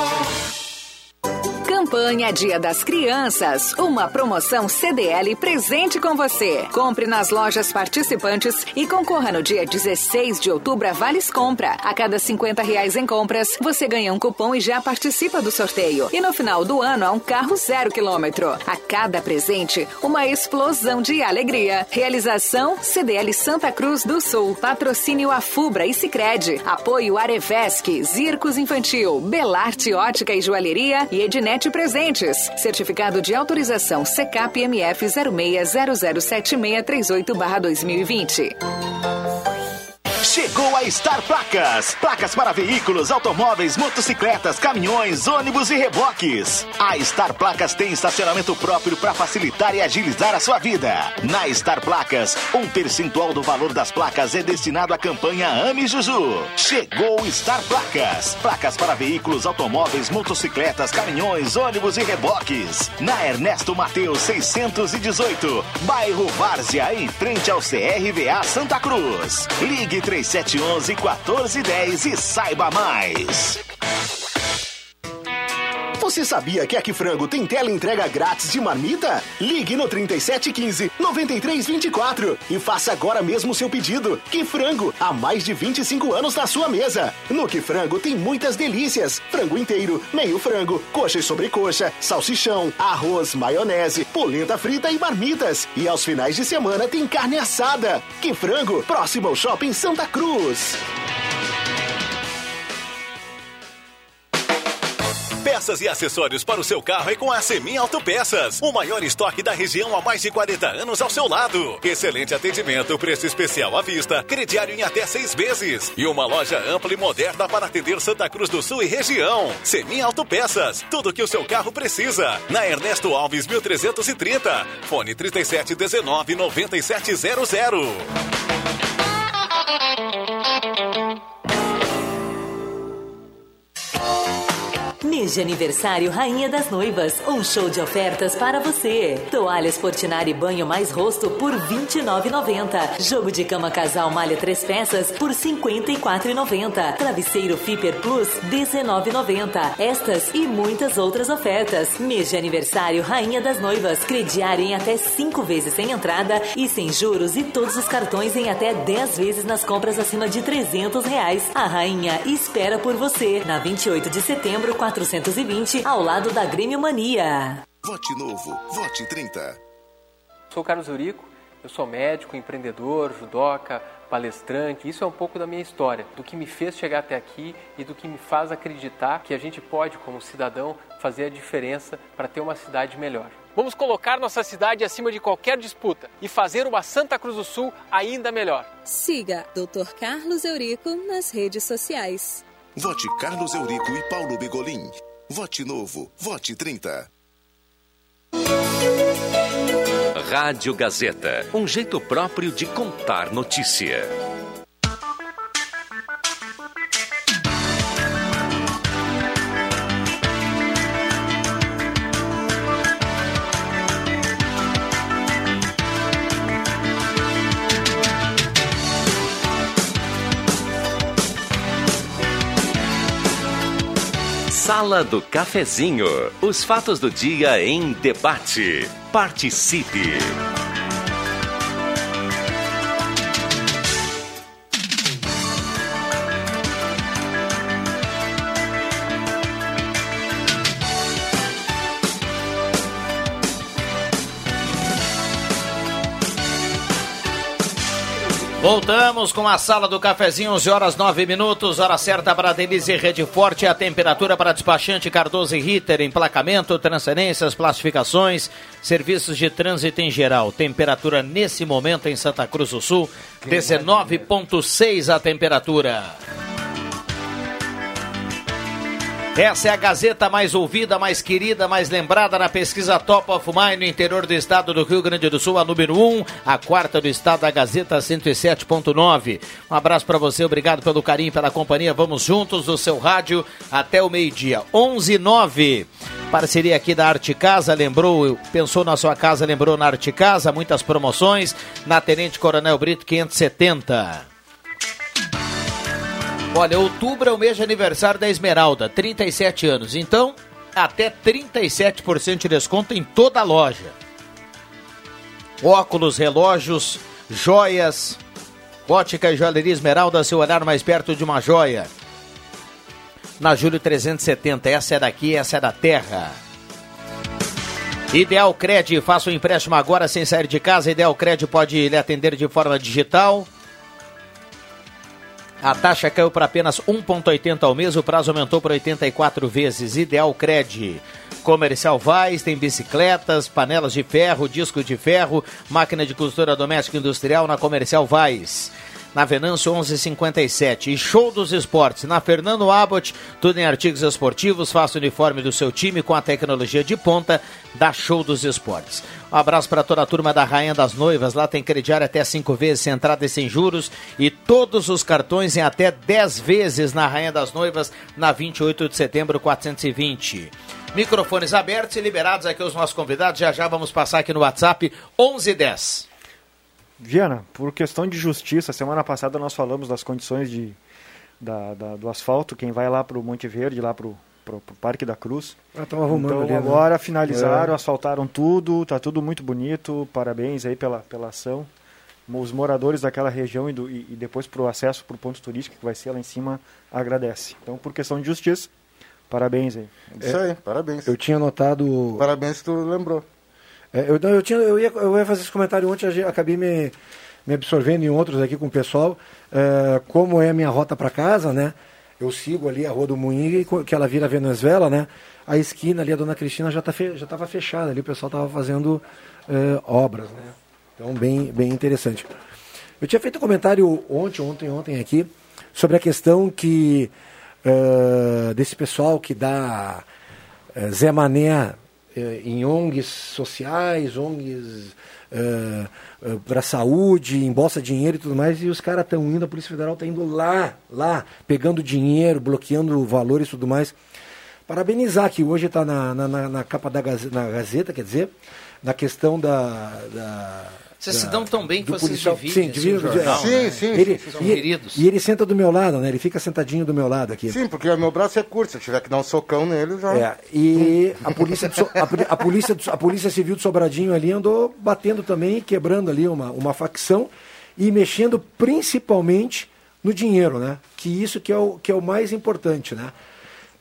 Campanha Dia das Crianças, uma promoção C D L presente com você. Compre nas lojas participantes e concorra no dia dezesseis de outubro a Vales Compra. A cada cinquenta reais em compras, você ganha um cupom e já participa do sorteio. E no final do ano há um carro zero quilômetro. A cada presente, uma explosão de alegria. Realização C D L Santa Cruz do Sul. Patrocínio Afubra e Sicredi. Apoio Arevesc, Zircos Infantil, Belarte Ótica e Joalheria e Ednet Presentes. Certificado de autorização C C A P M F zero seis zero zero sete seis três oito barra dois mil e vinte. Chegou a Star Placas. Placas para veículos, automóveis, motocicletas, caminhões, ônibus e reboques. A Star Placas tem estacionamento próprio para facilitar e agilizar a sua vida. Na Star Placas, um percentual do valor das placas é destinado à campanha Ame Juju. Chegou Star Placas. Placas para veículos, automóveis, motocicletas, caminhões, ônibus e reboques. Na Ernesto Mateus seiscentos e dezoito, bairro Várzea, em frente ao C R V A Santa Cruz. Ligue três sete um um, quatorze dez e saiba mais. Você sabia que a Frango tem tela entrega grátis de marmita? Ligue no trinta e sete quinze, noventa e três vinte e quatro e faça agora mesmo o seu pedido. Que Frango, há mais de vinte e cinco anos na sua mesa. No Que Frango tem muitas delícias. Frango inteiro, meio frango, coxa e sobrecoxa, salsichão, arroz, maionese, polenta frita e marmitas. E aos finais de semana tem carne assada. Que Frango, próximo ao Shopping Santa Cruz. Peças e acessórios para o seu carro é com a Semi Autopeças. O maior estoque da região há mais de quarenta anos ao seu lado. Excelente atendimento, preço especial à vista, crediário em até seis vezes. E uma loja ampla e moderna para atender Santa Cruz do Sul e região. Semi Autopeças, tudo que o seu carro precisa. Na Ernesto Alves mil trezentos e trinta. Fone trinta e sete dezenove, noventa e sete zero zero. Mês de aniversário Rainha das Noivas, um show de ofertas para você. Toalhas Portinari banho mais rosto por vinte e nove reais e noventa centavos. Jogo de cama casal malha três peças por cinquenta e quatro reais e noventa centavos. Travesseiro Fiper Plus dezenove reais e noventa centavos. Estas e muitas outras ofertas. Mês de aniversário Rainha das Noivas, crediário em até cinco vezes sem entrada e sem juros e todos os cartões em até dez vezes nas compras acima de trezentos reais. A Rainha espera por você na vinte e oito de setembro, quatrocentos e vinte, ao lado da Grêmio Mania. Vote Novo, vote trinta. Sou Carlos Eurico, eu sou médico, empreendedor, judoca, palestrante. Isso é um pouco da minha história, do que me fez chegar até aqui e do que me faz acreditar que a gente pode, como cidadão, fazer a diferença para ter uma cidade melhor. Vamos colocar nossa cidade acima de qualquer disputa e fazer uma Santa Cruz do Sul ainda melhor. Siga doutor Carlos Eurico nas redes sociais. Vote Carlos Eurico e Paulo Bigolin. Vote novo. Vote trinta. Rádio Gazeta, um jeito próprio de contar notícia. Sala do Cafezinho. Os fatos do dia em debate. Participe. Voltamos com a Sala do Cafezinho, onze horas nove minutos, hora certa para Denise e Rede Forte, a temperatura para despachante Cardoso e Ritter, emplacamento, transferências, classificações, serviços de trânsito em geral. Temperatura nesse momento em Santa Cruz do Sul, dezenove vírgula seis a temperatura. Essa é a Gazeta mais ouvida, mais querida, mais lembrada na pesquisa Top of Mind no interior do estado do Rio Grande do Sul, a número um, a quarta do estado, a Gazeta cento e sete ponto nove. Um abraço para você, obrigado pelo carinho, pela companhia. Vamos juntos do seu rádio até o meio-dia, onze e nove. Parceria aqui da Arte Casa, lembrou, pensou na sua casa, lembrou na Arte Casa, muitas promoções, na Tenente Coronel Brito quinhentos e setenta. Olha, outubro é o mês de aniversário da Esmeralda, trinta e sete anos. Então, até trinta e sete por cento de desconto em toda a loja. Óculos, relógios, joias, ótica e joalheria Esmeralda, seu olhar mais perto de uma joia. Na Júlio trezentos e setenta, essa é daqui, essa é da terra. Ideal Cred, faça um empréstimo agora sem sair de casa. Ideal Cred pode lhe atender de forma digital. A taxa caiu para apenas um vírgula oitenta ao mês, o prazo aumentou para oitenta e quatro vezes. Ideal Cred. Comercial Vaz, tem bicicletas, panelas de ferro, disco de ferro, máquina de costura doméstica industrial na Comercial Vaz. Na Venâncio onze e cinquenta e sete. E Show dos Esportes, na Fernando Abbott, tudo em artigos esportivos, faça o uniforme do seu time com a tecnologia de ponta da Show dos Esportes. Um abraço para toda a turma da Rainha das Noivas, lá tem crediário até cinco vezes, sem entrada e sem juros, e todos os cartões em até dez vezes na Rainha das Noivas, na vinte e oito de setembro, quatrocentos e vinte. Microfones abertos e liberados aqui os nossos convidados, já já vamos passar aqui no WhatsApp, onze e dez. Viana, por questão de justiça, semana passada nós falamos das condições de, da, da, do asfalto, quem vai lá para o Monte Verde, lá para o Parque da Cruz. Ah, estão arrumando então, ali, né? Agora finalizaram, é. asfaltaram tudo, tá tudo muito bonito, parabéns aí pela, pela ação. Os moradores daquela região e, do, e, e depois para o acesso para o ponto turístico que vai ser lá em cima, agradece. Então, por questão de justiça, parabéns aí. Isso aí, parabéns. Eu tinha notado... Parabéns, tu lembrou. É, eu, não, eu, tinha, eu, ia, eu ia fazer esse comentário ontem, eu acabei me, me absorvendo em outros aqui com o pessoal. É, como é a minha rota para casa, né? Eu sigo ali a Rua do Moinho, que ela vira Venezuela, né? A esquina ali, a Dona Cristina já tá fe, já estava fechada ali, o pessoal estava fazendo é, obras, né? Então, bem, bem interessante. Eu tinha feito um comentário ontem, ontem, ontem aqui, sobre a questão que uh, desse pessoal que dá uh, Zé Mané em O N Gs sociais, O N Gs uh, uh, para saúde, embolsa dinheiro e tudo mais, e os caras estão indo, a Polícia Federal está indo lá, lá, pegando dinheiro, bloqueando valores e tudo mais. Parabenizar, que hoje está na, na, na capa da Gazeta, na Gazeta, quer dizer, na questão da... da Vocês da, se dão tão bem que vocês policial. dividem Sim, assim, dividem, o jornal, sim, né? sim, ele, sim, são e, queridos. e ele senta do meu lado, né? Ele fica sentadinho do meu lado aqui. Sim, porque o meu braço é curto, se eu tiver que dar um socão nele, já... É, e a polícia, so, a, a, polícia, a polícia Civil de Sobradinho ali andou batendo também, quebrando ali uma, uma facção e mexendo principalmente no dinheiro, né? Que isso que é o, que é o mais importante, né?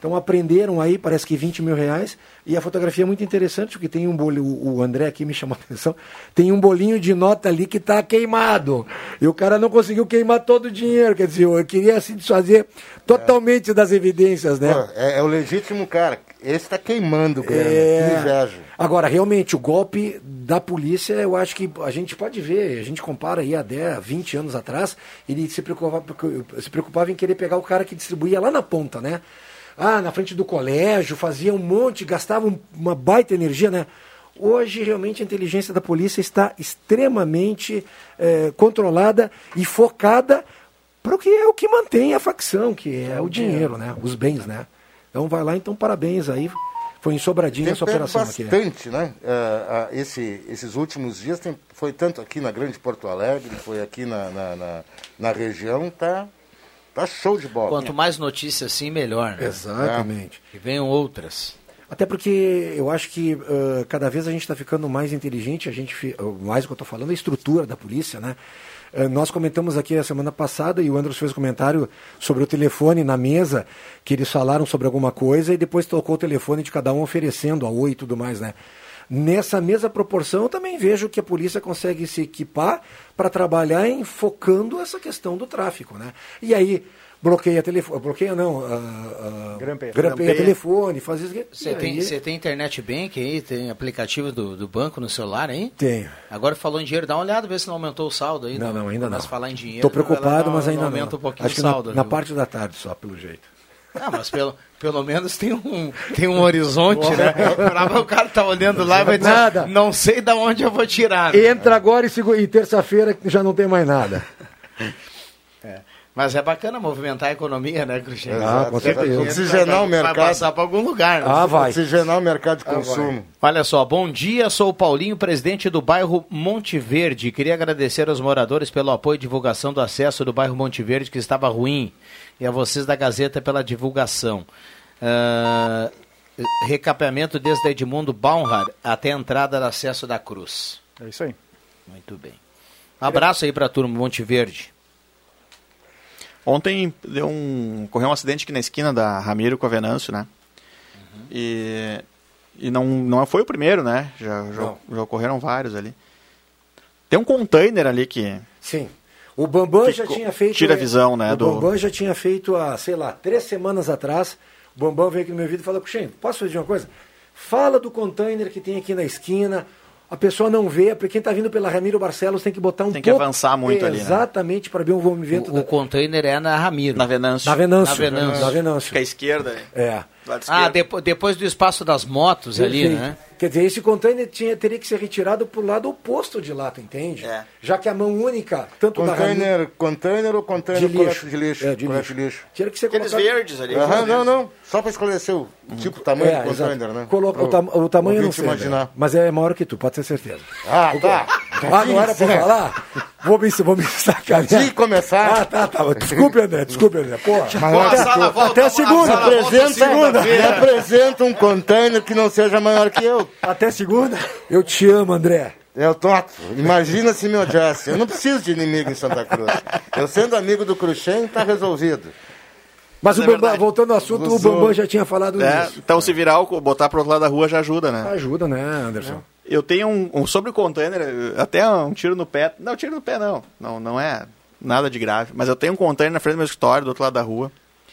Então apreenderam aí, parece que vinte mil reais, e a fotografia é muito interessante, porque tem um bolinho, o André aqui me chamou a atenção, tem um bolinho de nota ali que está queimado, e o cara não conseguiu queimar todo o dinheiro, quer dizer, eu queria se desfazer totalmente é. das evidências, né? Pô, é, é o legítimo cara, esse está queimando, cara, é... que inveja. Agora, realmente, o golpe da polícia, eu acho que a gente pode ver, a gente compara aí há dez, vinte anos atrás, ele se preocupava, se preocupava em querer pegar o cara que distribuía lá na ponta, né? Ah, na frente do colégio, fazia um monte, gastava uma baita energia, né? Hoje, realmente, a inteligência da polícia está extremamente é, controlada e focada para o que é o que mantém a facção, que é o dinheiro, né? Os bens, né? Então, vai lá, então, parabéns aí. Foi em Sobradinho essa operação bastante, aqui. Bastante, né? Uh, uh, esse, esses últimos dias, tem, foi tanto aqui na Grande Porto Alegre, foi aqui na, na, na, na região, tá... Tá show de bola. Quanto mais notícias assim, melhor, né? Exatamente. É. Que venham outras. Até porque eu acho que uh, cada vez a gente está ficando mais inteligente, a gente, uh, mais o que eu estou falando é a estrutura da polícia, né? Uh, nós comentamos aqui a semana passada, e o Anderson fez um comentário sobre o telefone na mesa, que eles falaram sobre alguma coisa e depois tocou o telefone de cada um oferecendo a oi e tudo mais, né? Nessa mesma proporção, eu também vejo que a polícia consegue se equipar para trabalhar em focando essa questão do tráfico, né? E aí, bloqueia telefone, bloqueia não, uh, uh, grampeia, grampeia telefone, faz isso. Você tem, aí... tem internet bank aí, tem aplicativo do, do banco no celular aí? Tenho. Agora falou em dinheiro, dá uma olhada, vê se não aumentou o saldo aí. Não, não, ainda não. Mas falar em dinheiro... Estou preocupado, não, mas ainda não. Aumenta um pouquinho Acho o que saldo. Na, na parte da tarde só, pelo jeito. Ah, mas pelo, pelo menos tem um, tem um horizonte, né? O cara tá olhando lá e vai dizer, nada. Não sei de onde eu vou tirar. Né? Entra agora e, e terça-feira já não tem mais nada. É. Mas é bacana movimentar a economia, né, Cruxinho? Ah, com certeza. Oxigenar o mercado. Vai passar para algum lugar. Né? Ah, vai. Oxigenar o mercado de consumo. Ah, olha só, bom dia, sou o Paulinho, presidente do bairro Monte Verde. Queria agradecer aos moradores pelo apoio e divulgação do acesso do bairro Monte Verde, que estava ruim. E a vocês da Gazeta pela divulgação. Uh, recapeamento desde Edmundo Baumhard até a entrada do acesso da Cruz. É isso aí. Muito bem. Um abraço aí para a turma Monte Verde. Ontem deu um, ocorreu um acidente aqui na esquina da Ramiro com a Venâncio, né? Uhum. E, e não, não foi o primeiro, né? Já, já, já ocorreram vários ali. Tem um container ali que... Sim. O Bambam já tinha feito... Tira a visão, né? O do... Bambam já tinha feito há, sei lá, três semanas atrás. O Bambam veio aqui no meu vídeo e falou, Puxinho, posso fazer uma coisa? Fala do container que tem aqui na esquina. A pessoa não vê, porque quem está vindo pela Ramiro Barcelos tem que botar um Tem que pouco, avançar muito é, ali, né? Exatamente, para ver um movimento. O, da... o container é na Ramiro. Na Venâncio. Na Venâncio. Na Venâncio. Na Venâncio. Fica à esquerda. É. Ah, depois, depois do espaço das motos. Perfeito. Ali, né? Quer dizer, esse container tinha, teria que ser retirado para o lado oposto de lá, tu entende? É. Já que a mão única, tanto container, da container ou container de lixo. de lixo? É, de lixo. De lixo. Tinha que ser Aqueles colocado... verdes ali. Aham, não, não. Só para esclarecer o tipo, o tamanho é, do container, exato. né? Coloca, o, tam, o tamanho não sei, imaginar. Mas é maior que tu, pode ter certeza. Ah, tá. Agora para falar, vou me, vou me sacanear. De começar. Ah, tá, tá. Desculpe, André, desculpe, André. Porra. Até, a volta, até a segunda. A apresenta, segunda. Me apresenta um container que não seja maior que eu. Até segunda. Eu te amo, André. Eu toco. Imagina se me odiasse. Eu não preciso de inimigo em Santa Cruz. Eu sendo amigo do Cruxem, tá resolvido. Mas, Mas o é Bambam, voltando ao assunto, o Bambam já tinha falado é, disso. Então, se virar, botar pro outro lado da rua já ajuda, né? Ajuda, né, Anderson? Eu tenho um, um sobre o container, até um tiro no pé. Não, tiro no pé não. Não, não é nada de grave. Mas eu tenho um container na frente do meu escritório, do outro lado da rua.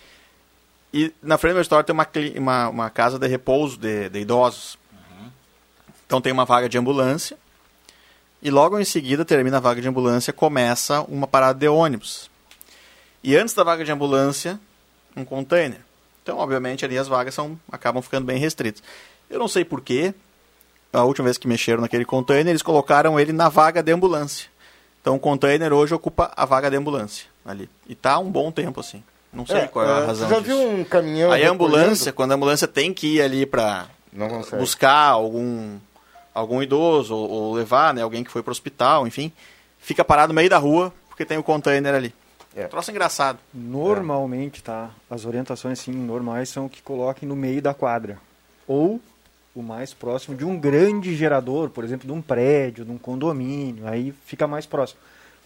E na frente do meu escritório tem uma, uma, uma casa de repouso de, de idosos. Uhum. Então tem uma vaga de ambulância. E logo em seguida termina a vaga de ambulância, começa uma parada de ônibus. E antes da vaga de ambulância, um container. Então, obviamente, ali as vagas são, acabam ficando bem restritas. Eu não sei porquê, a última vez que mexeram naquele container, eles colocaram ele na vaga de ambulância. Então, o container hoje ocupa a vaga de ambulância ali. E tá um bom tempo, assim. Não sei é, qual é a razão já disso. Viu um caminhão... Aí a ambulância, quando a ambulância tem que ir ali para buscar algum... algum idoso, ou, ou levar, né, alguém que foi para o hospital, enfim, fica parado no meio da rua, porque tem o container ali. É. Troço engraçado. Normalmente, tá, as orientações, sim, normais são que coloquem no meio da quadra. Ou o mais próximo de um grande gerador, por exemplo, de um prédio, de um condomínio, aí fica mais próximo.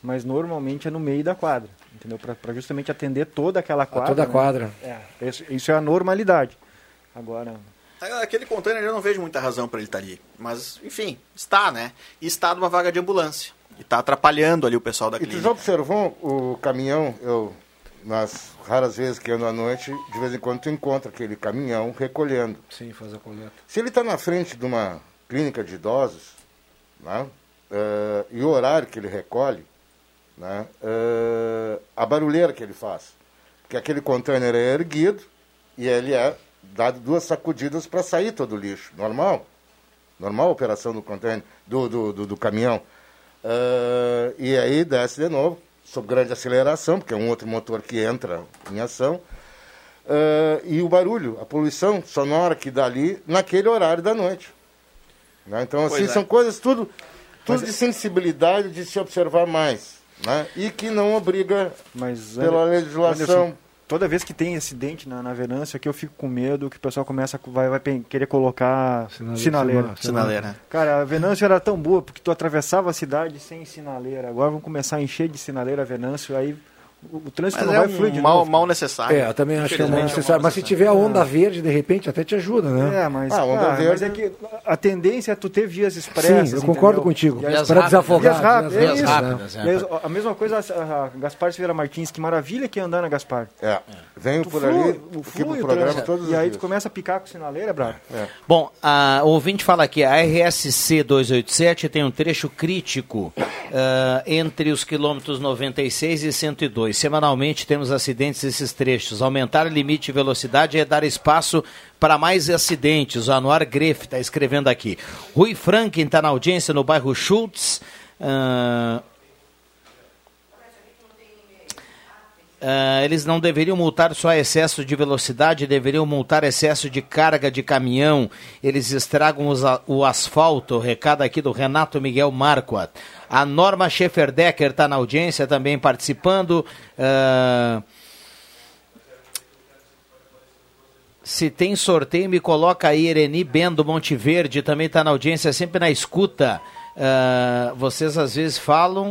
mas normalmente é no meio da quadra, entendeu? Para justamente atender toda aquela quadra. Toda a né? quadra. É, isso, isso é a normalidade. Agora... Aquele container eu não vejo muita razão para ele estar ali. Mas, enfim, está, né? E está numa vaga de ambulância. E está atrapalhando ali o pessoal da e clínica. E tu já observou o caminhão? Eu, nas raras vezes que ando à noite, de vez em quando tu encontra aquele caminhão recolhendo. Sim, faz a coleta. Se ele está na frente de uma clínica de idosos, né? Uh, e o horário que ele recolhe, né? Uh, a barulheira que ele faz. Porque aquele container é erguido e ele é dado duas sacudidas para sair todo o lixo. Normal. Normal a operação do container, do, do, do, do caminhão. Uh, e aí desce de novo, sob grande aceleração, porque é um outro motor que entra em ação. Uh, e o barulho, a poluição sonora que dá ali naquele horário da noite. Né? Então, assim, Pois é. são coisas tudo, tudo Mas- de sensibilidade, de se observar mais. Né? E que não obriga Mas, pela Ander- legislação. Anderson, toda vez que tem acidente na, na Venância, que eu fico com medo que o pessoal começa a, vai, vai pen- querer colocar Sinaleira. sinaleira. Sinaleira. Cara, a Venâncio era tão boa porque tu atravessava a cidade sem sinaleira. Agora vamos começar a encher de sinaleira a Venâncio, aí o, o trânsito Mas não é vai fluir de um mal, novo. mal necessário. É, eu também acho que é um mal Infelizmente, necessário. Mas se tiver a onda verde, de repente, até te ajuda, né? É, mas, Ah, onda cara, verde- mas é que a tendência é tu ter vias expressas. Sim, eu concordo entendeu? contigo. E aí- Vias Para rápidas, desafogar. Vias rápidas, vias é isso. rápidas, E aí, a mesma coisa a, a Gaspar Silveira Martins, que maravilha que é andar na Gaspar. É. Venho Tu por flui- ali, o aqui flui pro o programa trânsito. todos os E aí dias. tu começa a picar com sinaleira, bravo. É. Bom, a, o ouvinte fala aqui, a R S C duzentos e oitenta e sete tem um trecho crítico ah, entre os quilômetros noventa e seis e cento e dois. Semanalmente temos acidentes nesses trechos. Aumentar o limite de velocidade é dar espaço para mais acidentes. O Anuar Greff está escrevendo aqui. Rui Franklin está na audiência no bairro Schultz. Ah, Uh, eles não deveriam multar só excesso de velocidade, deveriam multar excesso de carga de caminhão. Eles estragam os a- o asfalto. Recado aqui do Renato Miguel Marquardt. A Norma Schefferdecker está na audiência também participando. Uh, se tem sorteio, me coloca aí. Ereni Ben do Monte Verde também está na audiência, sempre na escuta. Uh, vocês às vezes falam...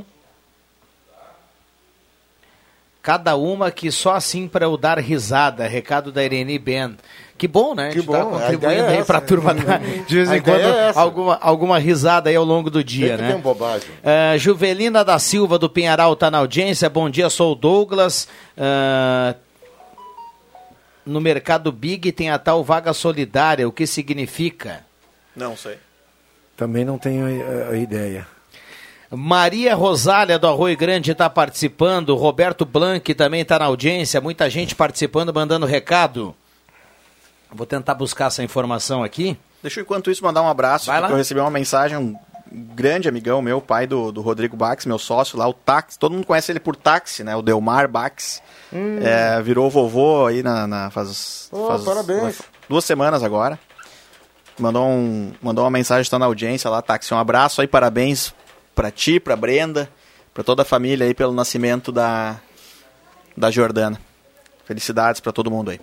Cada uma que só assim para eu dar risada. Recado da Irene Ben. Que bom, né? A Que gente tá bom, a contribuindo ideia é aí para a essa. turma dar, de vez A em quando, ideia é essa. alguma, alguma risada aí ao longo do dia, Sempre né? tem bobagem. Uh, Juvelina da Silva do Pinharal está na audiência. Bom dia, sou o Douglas. Uh, no mercado Big tem a tal vaga solidária. O que significa? Não sei. Também não tenho a, a ideia. Maria Rosália do Arroio Grande está participando. Roberto Blanc também está na audiência. Muita gente participando, mandando recado. Vou tentar buscar essa informação aqui. Deixa eu, enquanto isso, mandar um abraço. Vai lá. Porque eu recebi uma mensagem, um grande amigão meu, pai do, do Rodrigo Bax, meu sócio lá, o Táxi. Todo mundo conhece ele por Táxi, né? O Delmar Bax. Hum. É, virou vovô aí na, na faz, Oh, faz parabéns. duas semanas agora. Mandou, um, mandou uma mensagem, está na audiência lá, Táxi. Um abraço aí, parabéns pra ti, pra Brenda, pra toda a família aí pelo nascimento da, da Jordana. Felicidades pra todo mundo aí.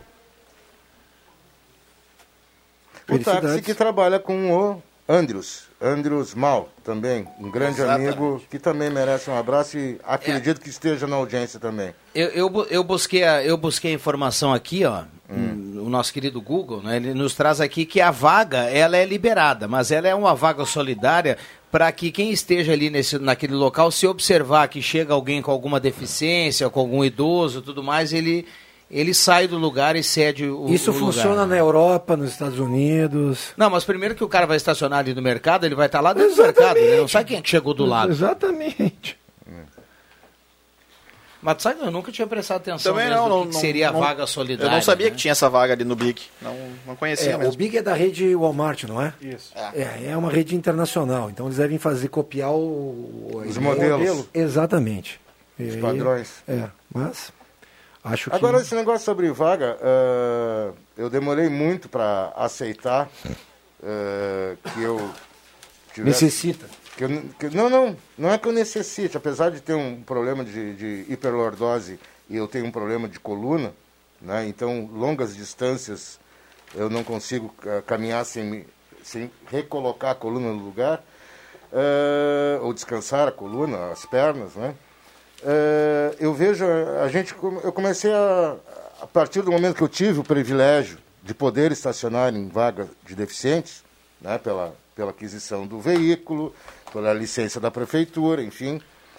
O táxi que trabalha com o Andrews, Andrews Mal, também, um grande Exatamente. amigo que também merece um abraço e acredito que esteja na audiência também. Eu, eu, bu- eu, busquei a, eu busquei a informação aqui, ó, o nosso querido Google, né, ele nos traz aqui que a vaga, ela é liberada, mas ela é uma vaga solidária para que quem esteja ali nesse, naquele local, se observar que chega alguém com alguma deficiência, com algum idoso tudo mais, ele, ele sai do lugar e cede o Isso o lugar. funciona na Europa, nos Estados Unidos. Não, mas primeiro que o cara vai estacionar ali no mercado, ele vai estar lá dentro do mercado, ele não sabe quem é que chegou do lado. Exatamente. Mas sabe, eu nunca tinha prestado atenção Também mesmo não, do não, que, que não- seria não- a vaga solidária. Eu não sabia né? que tinha essa vaga ali no Big. Não, não conhecia É, mesmo. o Big é da rede Walmart, não é? Isso. É, é uma rede internacional, então eles devem fazer, copiar o... Os o modelos. modelo. Exatamente. Os E aí- padrões. É, mas acho que... Agora, esse negócio sobre vaga, eh, eu demorei muito para aceitar eh, que eu tivesse... Necessita. Que eu, que- não, não, não é que eu necessite, apesar de ter um problema de, de hiperlordose e eu tenho um problema de coluna, né, então longas distâncias eu não consigo eh, caminhar sem, me- sem recolocar a coluna no lugar, eh, ou descansar a coluna, as pernas, né? uh, eu vejo, a gente, eu comecei a, a partir do momento que eu tive o privilégio de poder estacionar em vaga de deficientes, né, pela, pela aquisição do veículo, pela licença da prefeitura, enfim,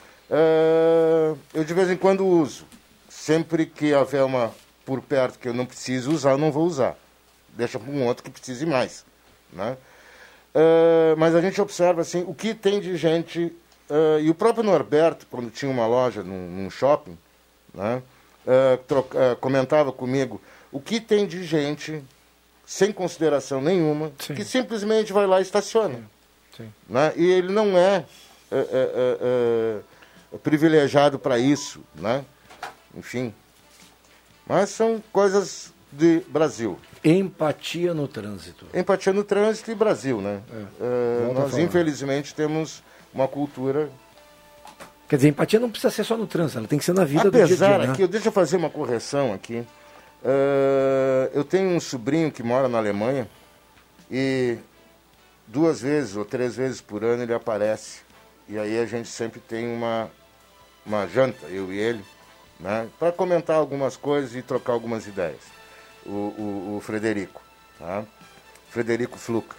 uh, eu de vez em quando uso. Sempre que houver uma por perto que eu não preciso usar, eu não vou usar. Deixa para um outro que precise mais, né? Uh, mas a gente observa assim, o que tem de gente, uh, e o próprio Norberto, quando tinha uma loja num, num shopping, né, uh, troca, uh, comentava comigo, o que tem de gente, sem consideração nenhuma, Sim. que simplesmente vai lá e estaciona. Sim. Sim. Né? E ele não é uh, uh, uh, privilegiado para isso, né? Enfim. Mas são coisas de Brasil. Empatia no trânsito. Empatia no trânsito e Brasil, né? É. Uh, nós, infelizmente, temos uma cultura... Quer dizer, empatia não precisa ser só no trânsito, ela tem que ser na vida Apesar do dia a dia, aqui, né? deixa eu fazer uma correção aqui. Uh, eu tenho um sobrinho que mora na Alemanha e duas vezes ou três vezes por ano ele aparece. E aí a gente sempre tem uma, uma janta, eu e ele, né, para comentar algumas coisas e trocar algumas ideias. O, o, o Frederico, tá? Frederico Fluca.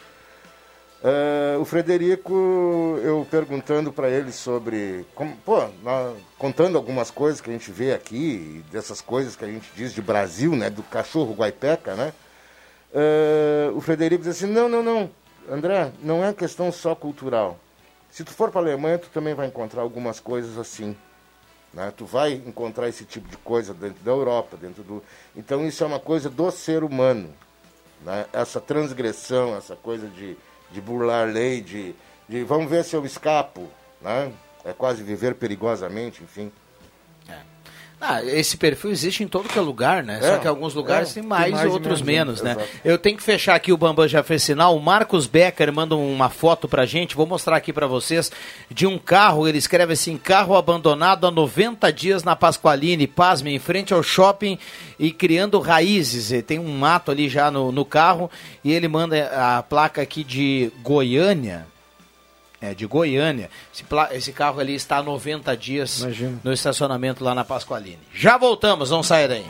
Uh, o Frederico, eu perguntando para ele sobre, como, pô, na, contando algumas coisas que a gente vê aqui, dessas coisas que a gente diz de Brasil, né, do cachorro guaipeca, né? Uh, o Frederico diz assim, não, não, não, André, não é questão só cultural. Se tu for para a Alemanha, tu também vai encontrar algumas coisas assim. Né? Tu vai encontrar esse tipo de coisa dentro da Europa, dentro do... Então isso é uma coisa do ser humano, né? Essa transgressão, essa coisa de, de burlar lei, de, de vamos ver se eu escapo, né? É quase viver perigosamente, enfim. É. Ah, esse perfil existe em todo que é lugar, né? É, Só que alguns lugares é, tem mais, mais e outros menos, menos, né? exato. Eu tenho que fechar aqui, o Bambam já fez sinal. O Marcos Becker manda uma foto pra gente, vou mostrar aqui pra vocês, de um carro, ele escreve assim, carro abandonado há noventa dias na Pasqualini, pasme, em frente ao shopping e criando raízes. Ele tem um mato ali já no, no carro e ele manda a placa aqui de Goiânia. É, de Goiânia. Esse, esse carro ali está há noventa dias Imagina. no estacionamento lá na Pasqualini. Já voltamos, vamos sair daí.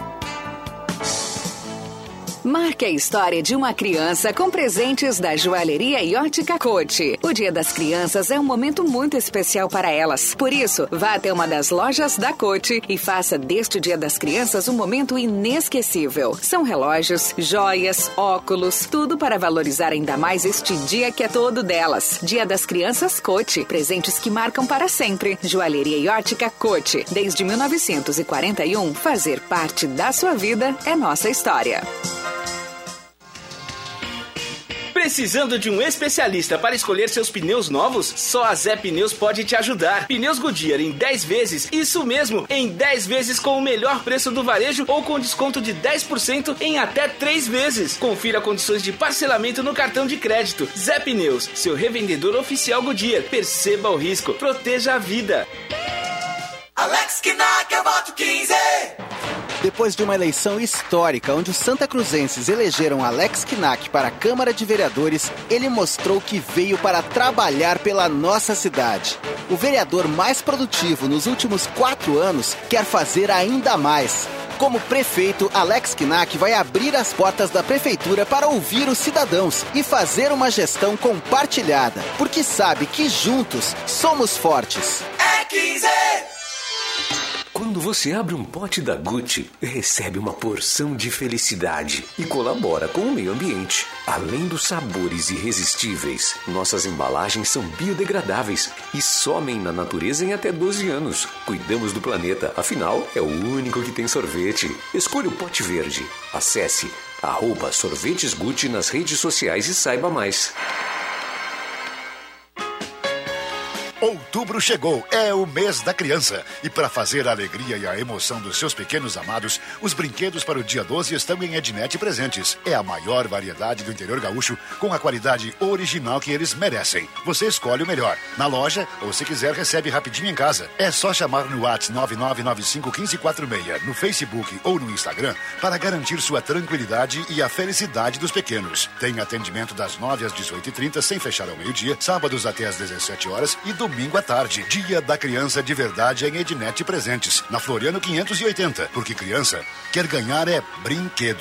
Marque a história de uma criança com presentes da Joalheria e Ótica Cote. O Dia das Crianças é um momento muito especial para elas. Por isso, vá até uma das lojas da Cote e faça deste Dia das Crianças um momento inesquecível. São relógios, joias, óculos, tudo para valorizar ainda mais este dia que é todo delas. Dia das Crianças Cote. Presentes que marcam para sempre. Joalheria e Ótica Cote. Desde mil novecentos e quarenta e um, fazer parte da sua vida é nossa história. Precisando de um especialista para escolher seus pneus novos? Só a Zé Pneus pode te ajudar. Pneus Goodyear em dez vezes, isso mesmo, em dez vezes com o melhor preço do varejo ou com desconto de dez por cento em até três vezes. Confira condições de parcelamento no cartão de crédito. Zé Pneus, seu revendedor oficial Goodyear. Perceba o risco, proteja a vida. Alex Knack, eu voto quinze! Depois de uma eleição histórica onde os santacruzenses elegeram Alex Knack para a Câmara de Vereadores, ele mostrou que veio para trabalhar pela nossa cidade. O vereador mais produtivo nos últimos quatro anos quer fazer ainda mais. Como prefeito, Alex Knack vai abrir as portas da prefeitura para ouvir os cidadãos e fazer uma gestão compartilhada, porque sabe que juntos somos fortes. É quinze! Quando você abre um pote da Gucci, recebe uma porção de felicidade e colabora com o meio ambiente. Além dos sabores irresistíveis, nossas embalagens são biodegradáveis e somem na natureza em até doze anos. Cuidamos do planeta, afinal, é o único que tem sorvete. Escolha o pote verde. Acesse arroba sorvetes Gucci nas redes sociais e saiba mais. Outubro chegou, é o mês da criança. E para fazer a alegria e a emoção dos seus pequenos amados, os brinquedos para o dia doze estão em Ednet Presentes. É a maior variedade do interior gaúcho, com a qualidade original que eles merecem. Você escolhe o melhor, na loja ou se quiser recebe rapidinho em casa. É só chamar no WhatsApp nove nove nove cinco um cinco quatro seis, no Facebook ou no Instagram, para garantir sua tranquilidade e a felicidade dos pequenos. Tem atendimento das nove às dezoito e trinta, sem fechar ao meio-dia, sábados até às dezessete horas e do domingo à tarde. Dia da Criança de Verdade em Ednet Presentes, na Floriano quinhentos e oitenta. Porque criança quer ganhar é brinquedo.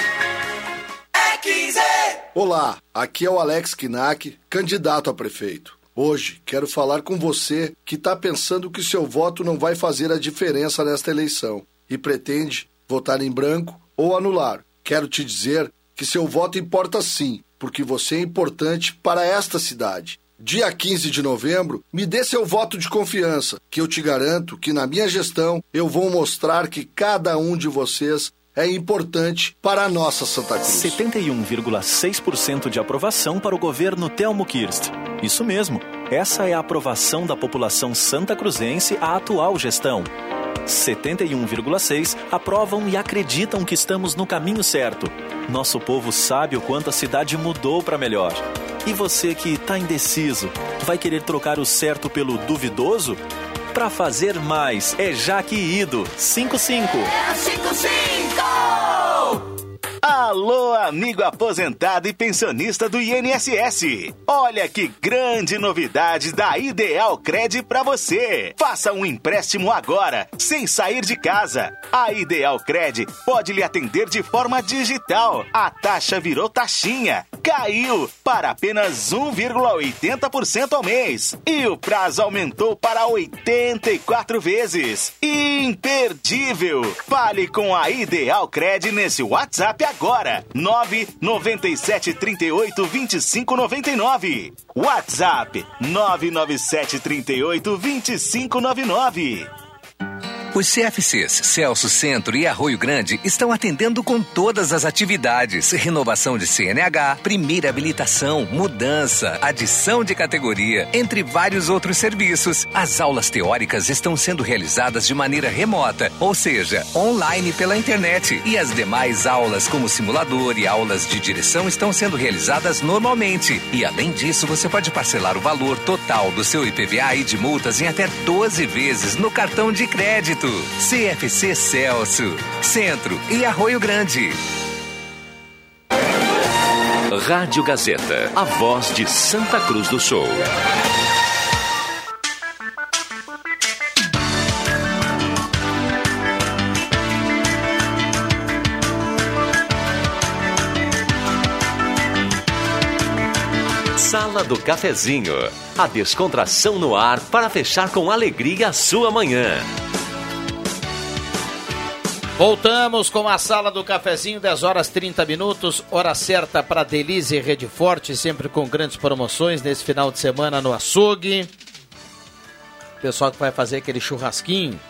Olá, aqui é o Alex Knack, candidato a prefeito. Hoje quero falar com você que está pensando que seu voto não vai fazer a diferença nesta eleição e pretende votar em branco ou anular. Quero te dizer que seu voto importa sim, porque você é importante para esta cidade. Dia quinze de novembro, me dê seu voto de confiança, que eu te garanto que na minha gestão eu vou mostrar que cada um de vocês é importante para a nossa Santa Cruz. setenta e um vírgula seis por cento de aprovação para o governo Telmo Kirst. Isso mesmo, essa é a aprovação da população santacruzense à atual gestão. setenta e um vírgula seis por cento aprovam e acreditam que estamos no caminho certo. Nosso povo sabe o quanto a cidade mudou para melhor. E você que está indeciso, vai querer trocar o certo pelo duvidoso? Para fazer mais, é Jaque Ido, cinco cinco. É cinco cinco! Alô, amigo aposentado e pensionista do I N S S. Olha que grande novidade da Ideal Cred para você. Faça um empréstimo agora, sem sair de casa. A Ideal Cred pode lhe atender de forma digital. A taxa virou taxinha. Caiu para apenas um vírgula oitenta por cento ao mês. E o prazo aumentou para oitenta e quatro vezes. Imperdível! Fale com a Ideal Cred nesse WhatsApp agora. nove nove sete três oito dois cinco nove nove. WhatsApp nove nove sete três oito dois cinco nove nove. Os C F Cs Celso Centro e Arroio Grande estão atendendo com todas as atividades: renovação de C N H, primeira habilitação, mudança, adição de categoria, entre vários outros serviços. As aulas teóricas estão sendo realizadas de maneira remota, ou seja, online pela internet, e as demais aulas, como simulador e aulas de direção, estão sendo realizadas normalmente. E além disso, você pode parcelar o valor total do seu I P V A e de multas em até doze vezes no cartão de crédito. C F C Celso, Centro e Arroio Grande. Rádio Gazeta, a voz de Santa Cruz do Sul. Sala do Cafezinho, a descontração no ar para fechar com alegria a sua manhã. Voltamos com a Sala do Cafezinho, dez horas e trinta minutos, hora certa para Delize e Rede Forte, sempre com grandes promoções nesse final de semana no açougue. Pessoal que vai fazer aquele churrasquinho.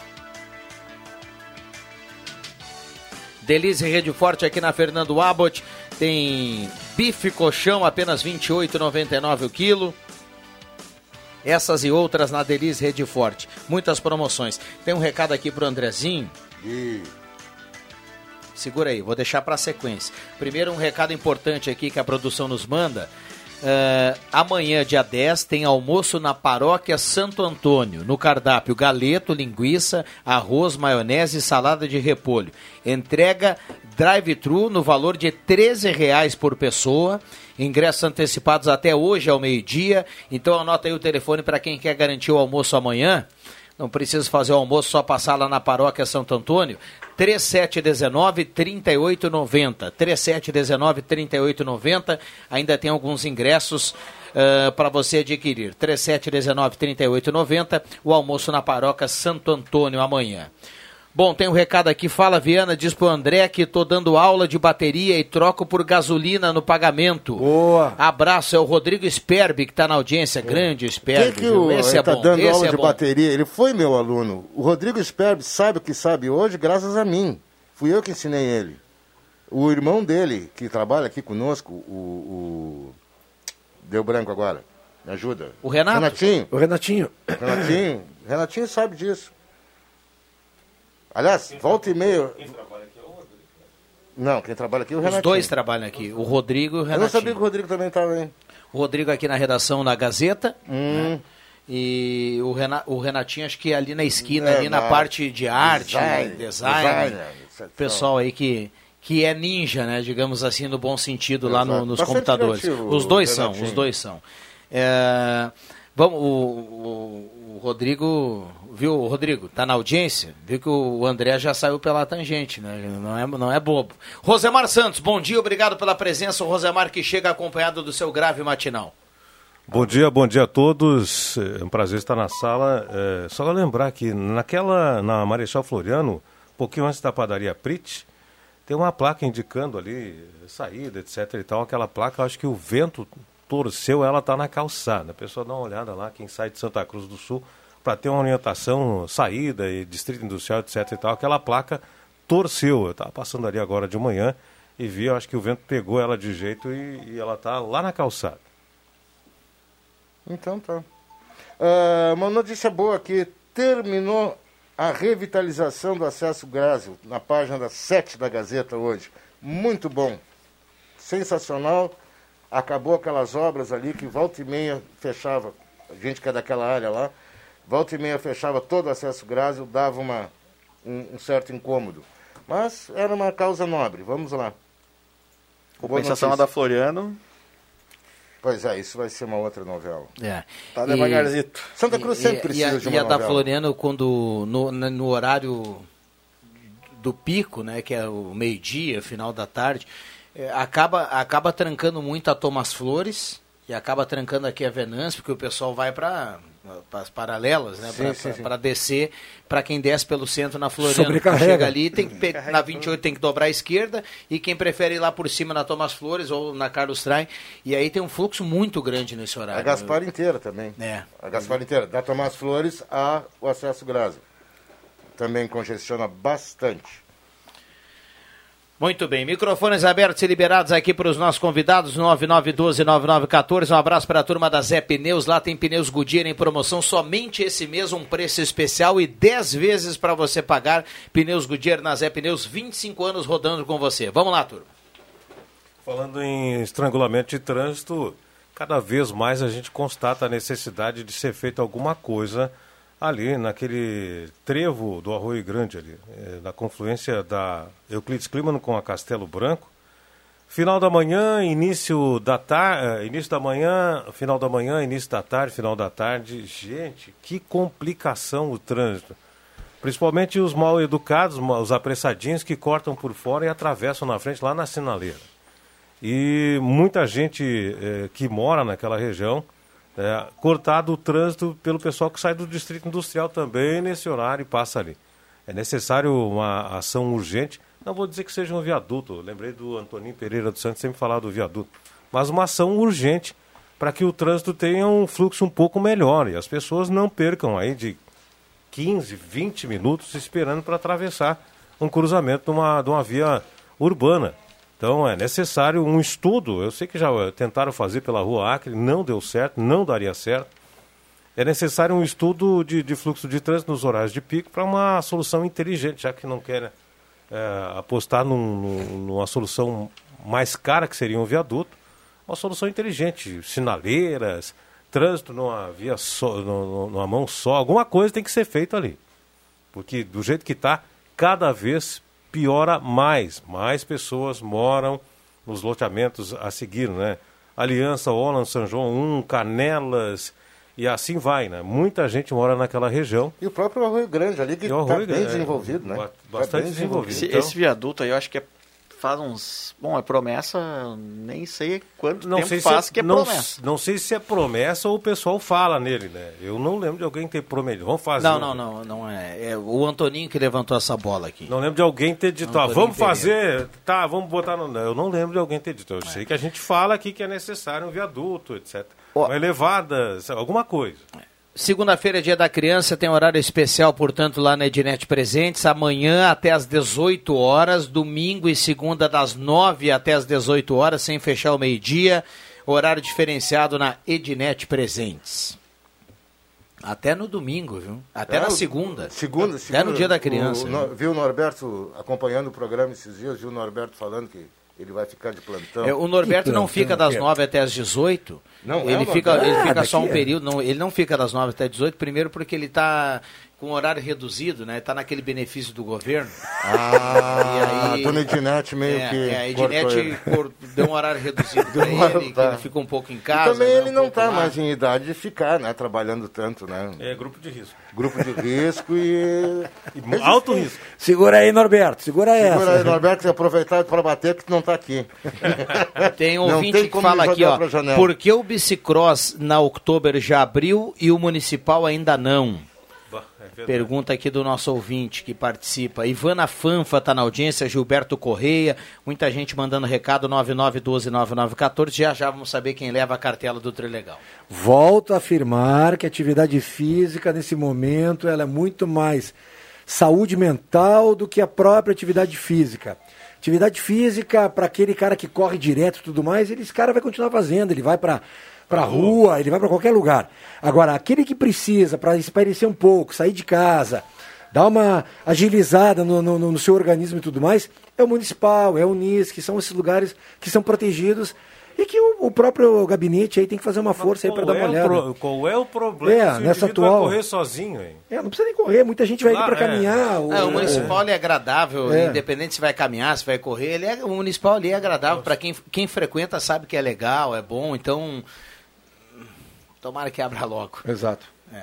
Delize e Rede Forte aqui na Fernando Abbott, tem bife colchão apenas vinte e oito reais e noventa e nove centavos o quilo. Essas e outras na Delize Rede Forte. Muitas promoções. Tem um recado aqui pro Andrezinho. E... segura aí, vou deixar para a sequência. Primeiro, um recado importante aqui que a produção nos manda. Uh, amanhã, dia dez, tem almoço na Paróquia Santo Antônio. No cardápio, galeto, linguiça, arroz, maionese e salada de repolho. Entrega drive-thru no valor de treze reais por pessoa. Ingressos antecipados até hoje ao meio-dia. Então anota aí o telefone para quem quer garantir o almoço amanhã. Não precisa fazer o almoço, só passar lá na Paróquia Santo Antônio. três sete um nove, três oito nove zero. três sete um nove, três oito nove zero. Ainda tem alguns ingressos uh, para você adquirir. três sete um nove, três oito nove zero. O almoço na Paróquia Santo Antônio amanhã. Bom, tem um recado aqui. Fala, Viana, diz pro André que tô dando aula de bateria e troco por gasolina no pagamento. Boa. Abraço, é o Rodrigo Sperbi que tá na audiência. Grande Sperbi. Que que o, Esse ele é tá bom. dando Esse aula é de bom. bateria. Ele foi meu aluno. O Rodrigo Sperbi sabe o que sabe hoje graças a mim. Fui eu que ensinei ele. O irmão dele, que trabalha aqui conosco, o... o... deu branco agora. Me ajuda. O Renato? Renatinho. O Renatinho. Renatinho. Renatinho sabe disso. Aliás, volta e meia... Quem trabalha aqui é o Rodrigo. Não, quem trabalha aqui é o Renatinho. Os dois trabalham aqui, o Rodrigo e o Renatinho. Eu não sabia que o Rodrigo também estava aí. O Rodrigo aqui na redação na Gazeta. Hum. Né? E o, Rena, o Renatinho, acho que ali na esquina, É, ali na na parte de arte, design, design. design, pessoal aí que, que é ninja, né? Digamos assim, no bom sentido, lá no, nos Bastante computadores. criativo, Os dois o são, Renatinho. os dois são. É... Vamos, o, o, o Rodrigo, viu, Rodrigo, tá na audiência? Viu que o André já saiu pela tangente, né? Não é, não é bobo. Rosemar Santos, bom dia, obrigado pela presença. O Rosemar que chega acompanhado do seu grave matinal. Bom dia, bom dia a todos. É um prazer estar na sala. É, só lembrar que naquela, na Marechal Floriano, um pouquinho antes da padaria Prit, tem uma placa indicando ali saída, etc e tal. Aquela placa, eu acho que o vento torceu, ela está na calçada. A pessoa dá uma olhada lá, quem sai de Santa Cruz do Sul, para ter uma orientação, saída e distrito industrial, etc e tal. Aquela placa torceu. Eu estava passando ali agora de manhã e vi, eu acho que o vento pegou ela de jeito e, e ela está lá na calçada. Então tá. Uh, uma notícia boa aqui. Terminou a revitalização do acesso Grásio na página sete da Gazeta hoje. Muito bom. Sensacional. Acabou aquelas obras ali que volta e meia fechava. A gente que é daquela área lá. Volta e meia fechava todo o acesso Grásio. Dava uma, um, um certo incômodo. Mas era uma causa nobre. Vamos lá. Compensação da Floriano. Pois é, isso vai ser uma outra novela. É. Tá devagarzito. E, Santa Cruz sempre e, precisa e a, de uma E a novela. da Floriano, quando no, no horário do pico, né, que é o meio-dia, final da tarde, é, acaba, acaba trancando muito a Thomas Flores e acaba trancando aqui a Venâncio, porque o pessoal vai para as paralelas, né, para descer, para quem desce pelo centro na Floriano. Chega ali, tem que pegar, na vinte e oito tem que dobrar à esquerda, e quem prefere ir lá por cima na Thomas Flores ou na Carlos Traem, e aí tem um fluxo muito grande nesse horário. A Gaspar inteira também. É. A Gaspar inteira. Da Thomas Flores a o acesso Grásio. Também congestiona bastante. Muito bem, microfones abertos e liberados aqui para os nossos convidados, nove nove um dois, nove nove um quatro. Um abraço para a turma da Zé Pneus, lá tem pneus Goodyear em promoção, somente esse mês um preço especial e dez vezes para você pagar. Pneus Goodyear na Zé Pneus, vinte e cinco anos rodando com você. Vamos lá, turma. Falando em estrangulamento de trânsito, cada vez mais a gente constata a necessidade de ser feita alguma coisa ali naquele trevo do Arroio Grande, ali, é, na confluência da Euclides Kliemann com a Castelo Branco. Final da manhã, início da tarde, início da manhã, final da manhã, início da tarde, final da tarde. Gente, que complicação o trânsito. Principalmente os mal educados, os apressadinhos que cortam por fora e atravessam na frente lá na sinaleira. E muita gente é, que mora naquela região, É, cortado o trânsito pelo pessoal que sai do Distrito Industrial também nesse horário e passa ali. É necessário uma ação urgente, não vou dizer que seja um viaduto, lembrei do Antoninho Pereira dos Santos sempre falar do viaduto, mas uma ação urgente para que o trânsito tenha um fluxo um pouco melhor e as pessoas não percam aí de quinze, vinte minutos esperando para atravessar um cruzamento de uma, de uma via urbana. Então é necessário um estudo, eu sei que já tentaram fazer pela Rua Acre, não deu certo, não daria certo. É necessário um estudo de, de fluxo de trânsito nos horários de pico para uma solução inteligente, já que não querem é, apostar num, num, numa solução mais cara, que seria um viaduto, uma solução inteligente, sinaleiras, trânsito numa via só, numa mão só, alguma coisa tem que ser feita ali. Porque do jeito que está, cada vez piora mais, mais pessoas moram nos loteamentos a seguir, né? Aliança, Holland, São João um, Canelas, e assim vai, né? Muita gente mora naquela região. E o próprio Arroio Grande ali, que está bem é, desenvolvido, né? Bastante tá bem desenvolvido. Esse, então, esse viaduto aí, eu acho que é, faz uns... Bom, é promessa, nem sei quanto não tempo sei faz se é, que é não, promessa. Não sei se é promessa ou o pessoal fala nele, né? Eu não lembro de alguém ter prometido. Vamos fazer. Não, não, não, não é. É o Antoninho que levantou essa bola aqui. Não lembro de alguém ter dito, ah, vamos fazer, tá, vamos botar no... Eu não lembro de alguém ter dito. Eu é. sei que a gente fala aqui que é necessário um viaduto, etcétera. Oh. Uma elevada, alguma coisa. É. Segunda-feira, dia da criança, tem horário especial, portanto, lá na Ednet Presentes, amanhã até às dezoito horas, domingo e segunda das nove até às dezoito horas, sem fechar o meio-dia, horário diferenciado na Ednet Presentes. Até no domingo, viu? Até é, na segunda. Segunda, segunda. Até no dia da criança. O, o, viu o Norberto acompanhando o programa esses dias, viu o Norberto falando que ele vai ficar de plantão. É, o Norberto não fica das nove até as dezoito. Não, ele, é fica, ele fica só um período. Não, ele não fica das nove até as dezoito, primeiro porque ele está com horário reduzido, né? Tá naquele benefício do governo. Ah, e aí, a dona Edinete meio é, que É, a Edinete cor- deu um horário reduzido para ele, que ele fica um pouco em casa. E também né, ele um não pouco está lá. mais em idade de ficar, né? Trabalhando tanto, né? É grupo de risco. Grupo de risco e... E alto risco. Segura aí, Norberto, segura essa. Segura aí, Norberto, e aproveitar para bater que tu não está aqui. Tem um Não ouvinte tem que como fala me aqui, jogar ó, pra janela. por que o bicicross na Oktober já abriu e o municipal ainda não? Bah, é verdade. Pergunta aqui do nosso ouvinte que participa. Ivana Fanfa está na audiência, Gilberto Correia, muita gente mandando recado, nove nove um dois nove nove um quatro. Já já vamos saber quem leva a cartela do Trilegal. Volto a afirmar que a atividade física, nesse momento, ela é muito mais saúde mental do que a própria atividade física. Atividade física, para aquele cara que corre direto e tudo mais, ele, esse cara vai continuar fazendo, ele vai para para rua, ele vai para qualquer lugar. Agora, aquele que precisa, para espairecer um pouco, sair de casa, dar uma agilizada no, no, no seu organismo e tudo mais, é o municipal, é o N I S, que são esses lugares que são protegidos e que o, o próprio gabinete aí tem que fazer uma força aí para dar uma Qual é o olhada. pro- Qual é o problema É, se o nessa indivíduo atual- vai correr sozinho, hein? É, não precisa nem correr, muita gente vai Lá, ali para é. caminhar. É, o municipal ele é agradável, É. independente se vai caminhar, se vai correr, ele é, o municipal ali é agradável para quem, quem frequenta, sabe que é legal, é bom, então tomara que abra logo. Exato.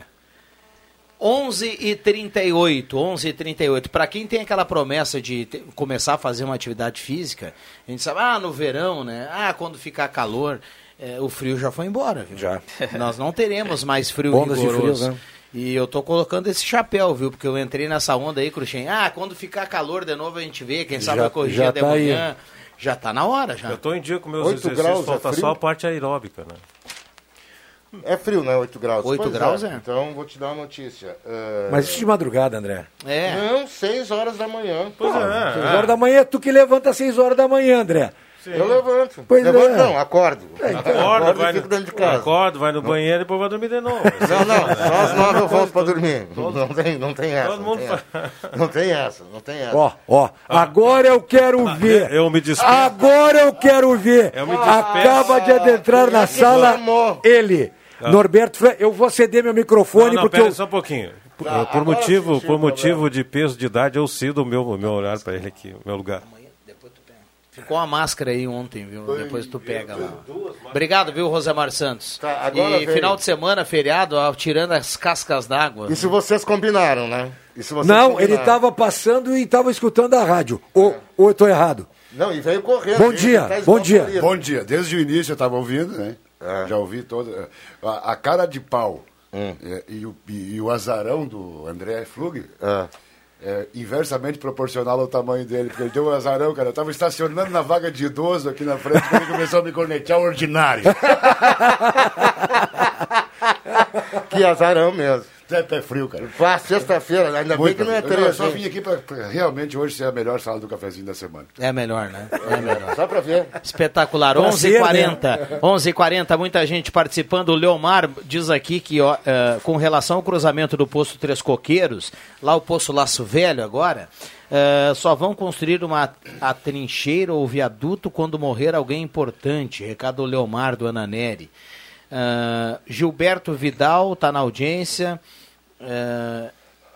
onze e trinta e oito, onze e trinta e oito. Para quem tem aquela promessa de te- começar a fazer uma atividade física, a gente sabe, ah, no verão, né? Ah, quando ficar calor, é, o frio já foi embora, viu? Já. Nós não teremos mais frio Ondas de rigoroso. frio, né? E eu tô colocando esse chapéu, viu? Porque eu entrei nessa onda aí, Cruxem. Ah, quando ficar calor de novo a gente vê, quem sabe Já- vai corrigir já de tá aí. manhã. Já tá na hora, já. Eu tô em dia com meus Oito exercícios, graus é falta frio? só a parte aeróbica, né? É frio, né? oito graus. oito Pois graus, é. Então, vou te dar uma notícia. É, Mas isso de madrugada, André. É. Não, seis horas da manhã. Pois Pô, é. seis horas da manhã, tu que levanta às seis horas da manhã, André. Eu levanto. Pois levanto é. não, acordo. Acorda, Acordo vai e fico no, dentro de casa. acorda, vai no banheiro e depois vai dormir de novo. Não, não, só às nove eu volto pra dormir. Não tem, não tem essa. Todo Não mundo tem, faz. essa. não tem essa, não tem essa. Ó, ó, agora eu quero ver. Eu me despeço. Agora eu quero ver. Eu me despeço. Acaba de adentrar na sala ele. Ah. Norberto, Fre- eu vou ceder meu microfone Não, não, porque pera aí, eu... só um pouquinho. Por, Tá, por agora motivo, sim, sim, por motivo problema. de peso de idade, eu cedo o meu, meu olhar para ele aqui, o meu lugar. Ficou uma máscara aí ontem, viu? Depois tu pega lá. Obrigado, viu, Rosemar Santos. Tá, agora e veio. final de semana, feriado, ó, tirando as cascas d'água. Isso vocês combinaram, né? Isso vocês Não, combinaram. ele estava passando e estava escutando a rádio. Ou, ou eu estou errado? Não, e veio correndo. Bom ele dia, tá bom dia. esbaforido. Bom dia. Desde o início eu estava ouvindo, né? É. Já ouvi toda. A, a cara de pau Hum. é, e, o, e, e o azarão do André Flug É. é inversamente proporcional ao tamanho dele, porque ele deu um azarão, cara. Eu estava estacionando na vaga de idoso aqui na frente quando ele começou a me cornetear ordinário. Que azarão mesmo. É pé frio, cara. Pá, sexta-feira, ainda bem Muito que não é bem. Eu três. só hein? vim aqui para realmente hoje ser a melhor sala do cafezinho da semana. É melhor, né? É melhor. Só pra ver. Espetacular. Prazer, onze e quarenta. onze e quarenta, muita gente participando. O Leomar diz aqui que, ó, eh, com relação ao cruzamento do Poço Três Coqueiros, lá o Poço Laço Velho agora, eh, só vão construir uma a trincheira ou viaduto quando morrer alguém importante. Recado do Leomar, do Ananeri. Uh, Gilberto Vidal está na audiência. Uh,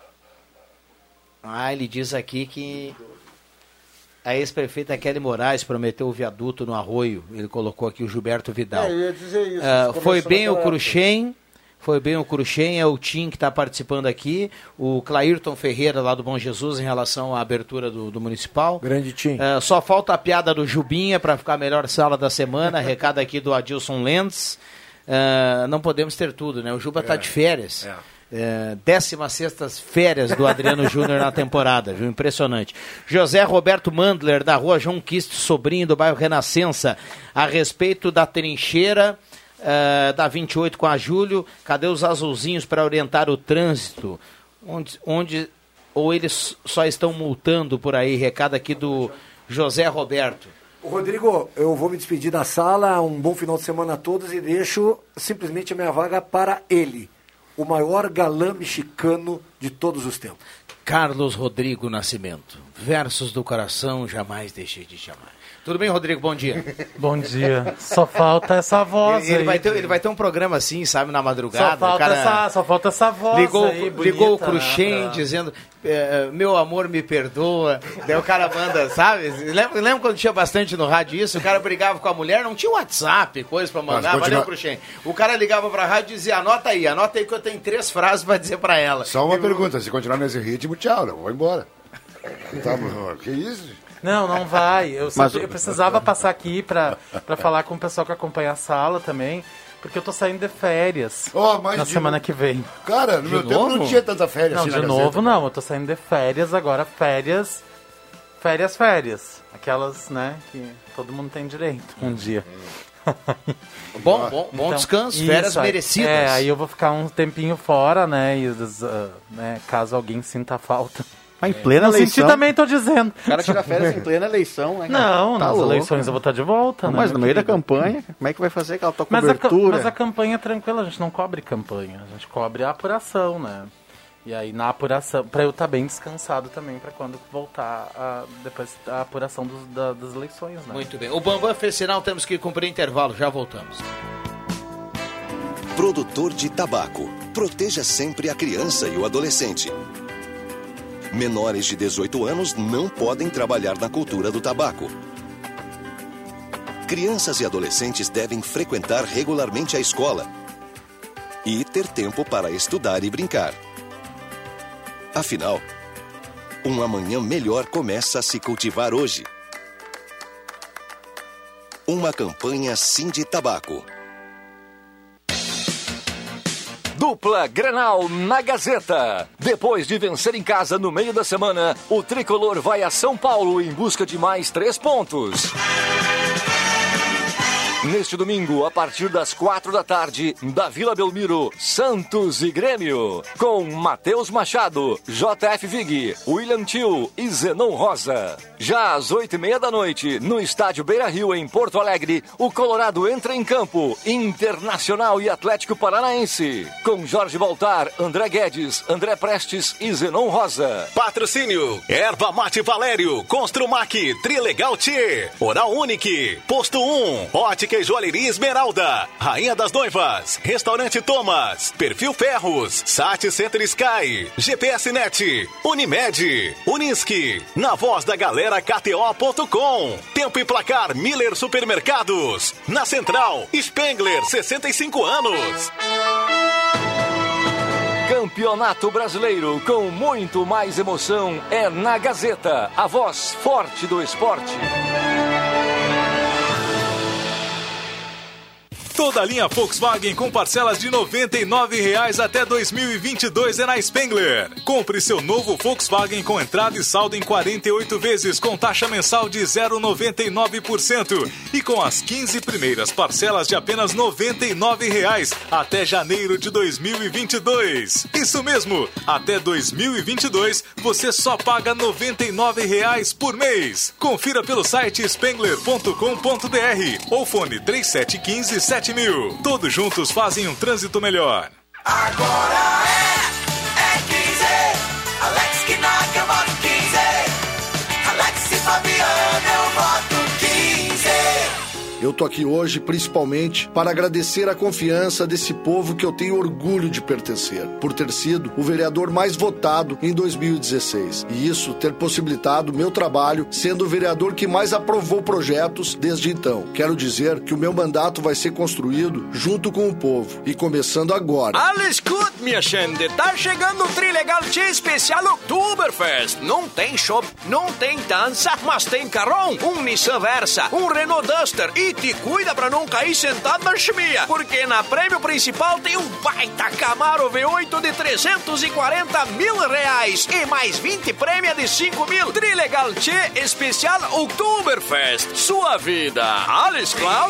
ah, ele diz aqui que a ex-prefeita Kelly Moraes prometeu o viaduto no Arroio. Ele colocou aqui o Gilberto Vidal. É, eu ia dizer isso. Uh, Isso foi começou bem o naquela Cruxem. Foi bem o Cruxem, é o Tim que está participando aqui. O Clairton Ferreira, lá do Bom Jesus, em relação à abertura do, do Municipal. Grande Tim. Uh, só falta a piada do Jubinha para ficar a melhor sala da semana. Recado aqui do Adilson Lenz. Uh, não podemos ter tudo, né? O Juba está É, de férias. é. É, décima sextas férias do Adriano Júnior na temporada, viu? Impressionante. José Roberto Mandler, da rua João Quiste Sobrinho, do bairro Renascença, a respeito da trincheira uh, da vinte e oito com a Júlio. Cadê os azulzinhos para orientar o trânsito? Onde, onde ou eles só estão multando por aí? Recado aqui do José Roberto. Ô, Rodrigo, eu vou me despedir da sala, um bom final de semana a todos e deixo simplesmente a minha vaga para ele, o maior galã mexicano de todos os tempos. Carlos Rodrigo Nascimento. Versos do coração, jamais deixei de te amar. Tudo bem, Rodrigo? Bom dia. Bom dia. Só falta essa voz ele, ele aí. Vai ter, ele vai ter um programa assim, sabe, na madrugada. Só falta, cara essa, só falta essa voz ligou, aí, bonita, ligou o Cruxem, né, pra... dizendo, é, meu amor, me perdoa. Daí o cara manda, sabe? Lembra, lembra quando tinha bastante no rádio isso? O cara brigava com a mulher, não tinha WhatsApp, coisa pra mandar. Mas, Valeu, continua... Cruxem. O cara ligava pra rádio e dizia, anota aí, anota aí que eu tenho três frases pra dizer pra ela. Só uma e, pergunta, se continuar nesse ritmo, tchau, não vou embora. Tá, que isso? Não, não vai. Eu, Mas... eu precisava passar aqui pra, pra falar com o pessoal que acompanha a sala também, porque eu tô saindo de férias oh, mas na de... semana que vem. Cara, no de meu novo? tempo não tinha tanta férias não, assim de na novo Gazeta. não. Eu tô saindo de férias agora, férias, férias, férias. Aquelas, né, que todo mundo tem direito um dia. Bom, bom, bom então, descanso, férias isso, merecidas. É, aí eu vou ficar um tempinho fora, né, e, uh, né, caso alguém sinta falta. Mas em plena não eleição. senti também, tô dizendo. O cara tira férias em plena eleição, né? Cara? Não, tá nas louco. eleições eu vou estar de volta, não, né? Mas no meio querido? da campanha, como é que vai fazer aquela tua mas cobertura? A, mas a campanha é tranquila, a gente não cobre campanha, a gente cobre a apuração, né? E aí na apuração, pra eu estar bem descansado também, pra quando voltar a, depois a apuração dos, da, das eleições, né? Muito bem. O Bambam fez sinal, temos que cumprir intervalo, já voltamos. Produtor de tabaco. Proteja sempre a criança e o adolescente. Menores de dezoito anos não podem trabalhar na cultura do tabaco. Crianças e adolescentes devem frequentar regularmente a escola e ter tempo para estudar e brincar. Afinal, um amanhã melhor começa a se cultivar hoje. Uma campanha Sindi Tabaco. Dupla Grenal na Gazeta. Depois de vencer em casa no meio da semana, o tricolor vai a São Paulo em busca de mais três pontos. Neste domingo, a partir das quatro da tarde, da Vila Belmiro, Santos e Grêmio, com Matheus Machado, J F Vig, William Tio e Zenon Rosa. Já às oito e meia da noite, no estádio Beira-Rio, em Porto Alegre, o Colorado entra em campo, Internacional e Atlético Paranaense, com Jorge Baltar, André Guedes, André Prestes e Zenon Rosa. Patrocínio, Erva Mate Valério, Construmac, Trilegal T, Oral Unique, Posto um, Ótica e Joalheria Esmeralda, Rainha das Noivas, Restaurante Thomas, Perfil Ferros, Sat Center Sky, G P S Net, Unimed, Unisque, na voz da galera K T O ponto com, Tempo e Placar Miller Supermercados, na Central, Spengler, sessenta e cinco anos. Campeonato Brasileiro com muito mais emoção é na Gazeta, a voz forte do esporte. Toda a linha Volkswagen com parcelas de noventa e nove reais até dois mil e vinte e dois é na Spengler. Compre seu novo Volkswagen com entrada e saldo em quarenta e oito vezes com taxa mensal de zero vírgula noventa e nove por cento e com as quinze primeiras parcelas de apenas noventa e nove reais até janeiro de dois mil e vinte e dois. Isso mesmo, até dois mil e vinte e dois você só paga noventa e nove reais por mês. Confira pelo site spengler ponto com ponto br ou fone três sete um cinco sete mil. Todos juntos fazem um trânsito melhor. Agora é, é quinze. Alex Kinac, eu voto quinze. Alex e Fabiano, eu voto quinze. Eu tô aqui hoje principalmente para agradecer a confiança desse povo que eu tenho orgulho de pertencer, por ter sido o vereador mais votado em dois mil e dezesseis. E isso ter possibilitado meu trabalho sendo o vereador que mais aprovou projetos desde então. Quero dizer que o meu mandato vai ser construído junto com o povo e começando agora. Olha, escute, minha gente, tá chegando o Trilegal T especial Oktoberfest. Não tem show, não tem dança, mas tem carrão, um Nissan Versa, um Renault Duster e te cuida pra não cair sentado na chimia, porque na prêmio principal tem um baita Camaro V oito de trezentos e quarenta mil reais e mais vinte prêmio de cinco mil. Trilegal T especial Oktoberfest. Sua vida. Alles klar?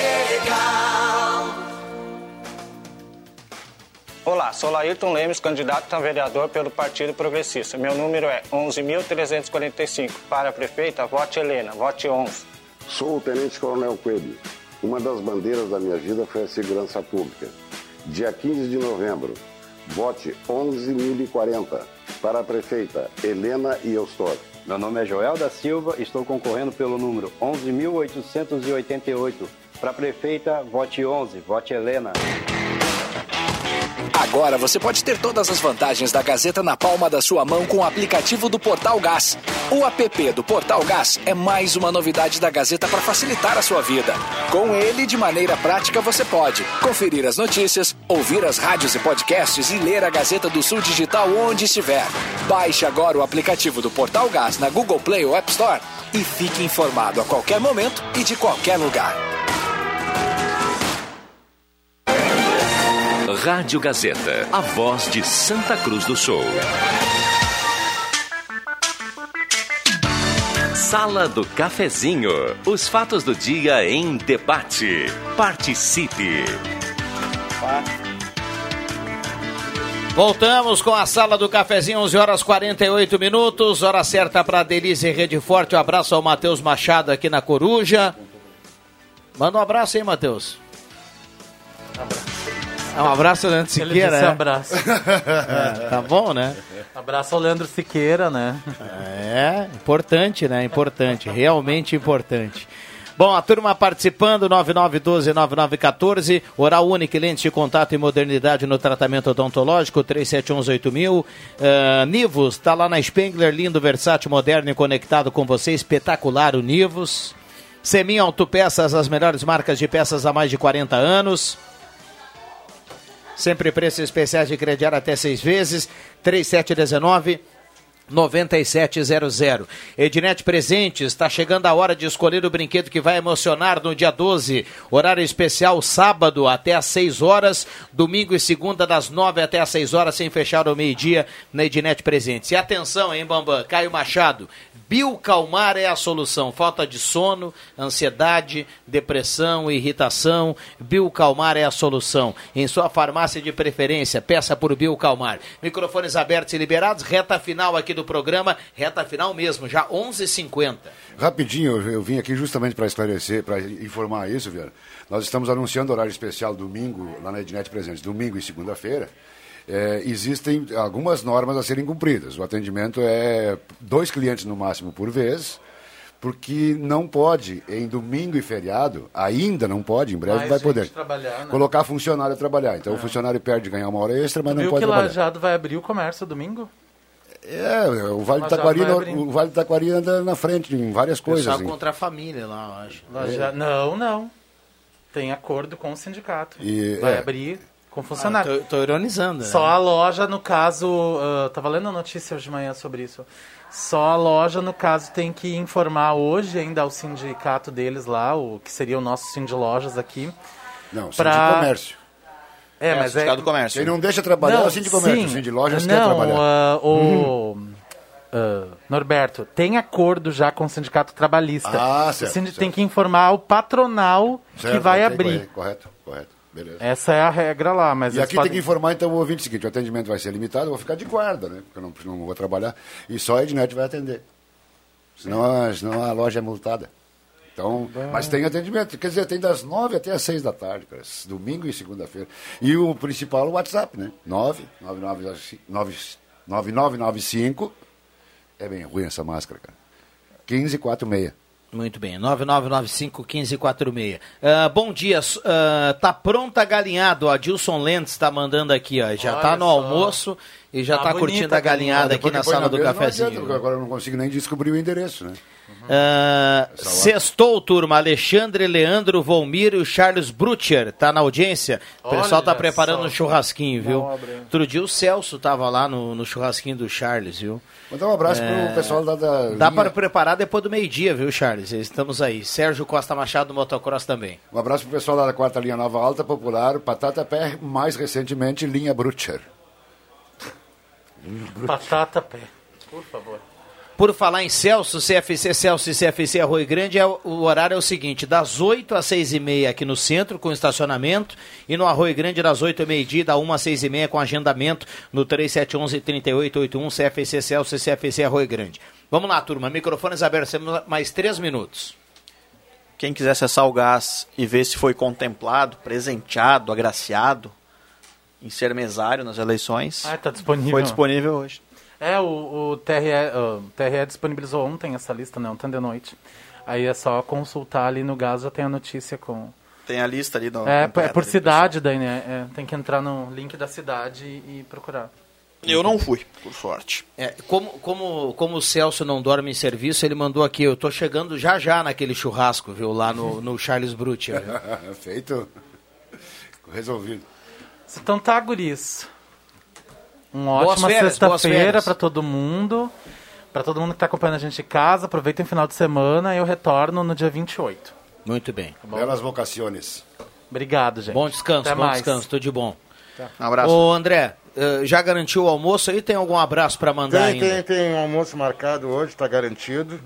Olá, sou Laírton Lemes, candidato a vereador pelo Partido Progressista. Meu número é onze mil trezentos e quarenta e cinco. Para a prefeita, vote Helena, vote onze. Sou o Tenente Coronel Coelho. Uma das bandeiras da minha vida foi a segurança pública. Dia quinze de novembro, vote onze mil e quarenta. Para a prefeita Helena e Eustóquio. Meu nome é Joel da Silva, estou concorrendo pelo número onze mil oitocentos e oitenta e oito. Para a prefeita, vote onze, vote Helena. Agora você pode ter todas as vantagens da Gazeta na palma da sua mão com o aplicativo do Portal Gás. O app do Portal Gás é mais uma novidade da Gazeta para facilitar a sua vida. Com ele, de maneira prática, você pode conferir as notícias, ouvir as rádios e podcasts e ler a Gazeta do Sul digital onde estiver. Baixe agora o aplicativo do Portal Gás na Google Play ou App Store e fique informado a qualquer momento e de qualquer lugar. Rádio Gazeta, a voz de Santa Cruz do Sul. Sala do Cafezinho. Os fatos do dia em debate. Participe. Voltamos com a Sala do Cafezinho, onze horas e quarenta e oito minutos. Hora certa para Denise Rede Forte. Um abraço ao Matheus Machado aqui na Coruja. Manda um abraço aí, Matheus. Um abraço ao Leandro Siqueira. Ele disse né? abraço. É, tá bom, né? Abraço ao Leandro Siqueira, né? É, importante, né? Importante, realmente importante. Bom, a turma participando, nove nove um dois, nove nove um quatro, Oral Único, lentes de contato e modernidade no tratamento odontológico, três sete um oito mil. Uh, Nivus, está lá na Spengler, lindo, versátil, moderno e conectado com você, espetacular o Nivus. Semin Autopeças, as melhores marcas de peças há mais de quarenta anos. Sempre preços especiais de crediário até seis vezes, três sete um nove, nove sete zero zero. Ednet Presentes, está chegando a hora de escolher o brinquedo que vai emocionar no dia doze. Horário especial sábado até às seis horas, domingo e segunda das nove até às seis horas, sem fechar ao meio-dia na Ednet Presentes. E atenção, hein, Bambam, Caio Machado, Biocalmar é a solução. Falta de sono, ansiedade, depressão, irritação. Biocalmar é a solução. Em sua farmácia de preferência, peça por Biocalmar. Microfones abertos e liberados. Reta final aqui do programa. Reta final mesmo, já onze e cinquenta. Rapidinho, eu, eu vim aqui justamente para esclarecer, para informar isso, Viana. Nós estamos anunciando horário especial domingo, lá na Ednet Presentes, domingo e segunda-feira. É, existem algumas normas a serem cumpridas. O atendimento é dois clientes no máximo por vez, porque não pode, em domingo e feriado, ainda não pode, em breve Mais vai poder, trabalhar, né? colocar funcionário a trabalhar. Então É. o funcionário perde ganhar uma hora extra, mas Tu não viu pode que trabalhar. Lajado vai abrir o comércio domingo? É, o Vale do Lajado Taquari, vai no- abrir. o Vale do Taquari anda na frente em várias coisas. Pessoal hein. contra a família lá, eu acho. Laja- Não, não. Tem acordo com o sindicato. E- vai é. abrir com funcionário. Ah, tô, tô ironizando. Só né? a loja, no caso, uh, tava lendo a notícia hoje de manhã sobre isso. Só a loja, no caso, tem que informar hoje ainda ao sindicato deles lá, o que seria o nosso Sindilojas aqui. Não, pra... Sindicomércio. É, É, mas o sindicato é... do comércio. Quem não deixa trabalhar é o Sindicomércio, o Sindilojas quer Não, trabalhar. uh, o... uh, Norberto, tem acordo já com o sindicato trabalhista. Ah, o certo, sindicato certo. tem que informar o patronal que Certo, vai ok, abrir. correto, Correto, correto. Beleza. Essa é a regra lá, mas E eles aqui podem- tem que informar então o ouvinte o seguinte: o atendimento vai ser limitado, eu vou ficar de guarda, né? Porque eu não, não vou trabalhar. E só a Ednet vai atender. Senão a, senão a loja é multada. Então, mas tem atendimento, quer dizer, tem das nove até as seis da tarde, cara, domingo e segunda-feira. E o principal, o WhatsApp, né? nove nove nove nove cinco, é bem ruim essa máscara, cara. quinze quarenta e seis. Muito bem, nove nove nove cinco, um cinco quatro seis. Uh, bom dia, uh, tá pronta galinhado, o Adilson Lentz está mandando aqui, ó, já Olha tá no só. almoço e já tá, Tá curtindo bonita a galinhada aqui Depois na que põe sala do mesa, não cafezinho. adianta, porque agora eu não consigo nem descobrir o endereço, né? Uh, sextou, turma, Alexandre, Leandro, Volmir e o Charles Brutcher, tá na audiência. O pessoal tá Olha preparando só. um churrasquinho, viu? Uma obra, hein? Outro dia o Celso tava lá no, no churrasquinho do Charles, viu? Mandar um abraço pro pessoal da- da Dá linha- para preparar depois do meio-dia, viu, Charles? Estamos aí. Sérgio Costa Machado do Motocross também. Um abraço pro pessoal lá da quarta linha Nova Alta, Popular, Patata Pé, mais recentemente, linha Brutcher. Batata pé, por favor. Por falar em Celso, C F C Celso e C F C Arroio Grande, é o, o horário é o seguinte, das oito às seis e meia aqui no centro, com estacionamento, e no Arroio Grande das oito ao meio-dia, da uma às seis e meia com agendamento no três sete um um, três oito oito um, C F C Celso e C F C Arroio Grande. Vamos lá, turma, microfones abertos, temos mais três minutos. Quem quiser acessar o gás e ver se foi contemplado, presenteado, agraciado em ser mesário nas eleições, Ah, tá disponível. foi disponível hoje. É, o, o, T R E, o T R E disponibilizou ontem essa lista, né? Ontem de noite. Aí é só consultar ali no Gás, já tem a notícia com... Tem a lista ali. Do, é, é por cidade daí, né? É, tem que entrar no link da cidade e, e procurar. Eu não fui, por sorte. É, como, como, como o Celso não dorme em serviço, ele mandou aqui, eu tô chegando já já naquele churrasco, viu? Lá no, no Charles Brutti. Feito. Resolvido. Então tá, guris. Uma Boas ótima férias, boas sexta-feira férias. pra todo mundo. Pra todo mundo que tá acompanhando a gente de casa. Aproveitem o final de semana e eu retorno no dia vinte e oito. Muito bem. Tá bom? Belas vocações. Obrigado, gente. Bom descanso, Até bom mais. descanso, tudo de bom. Tá. Um abraço. Ô, André, eh, já garantiu o almoço aí? Tem algum abraço pra mandar Tem, ainda? tem, tem um almoço marcado hoje, está garantido.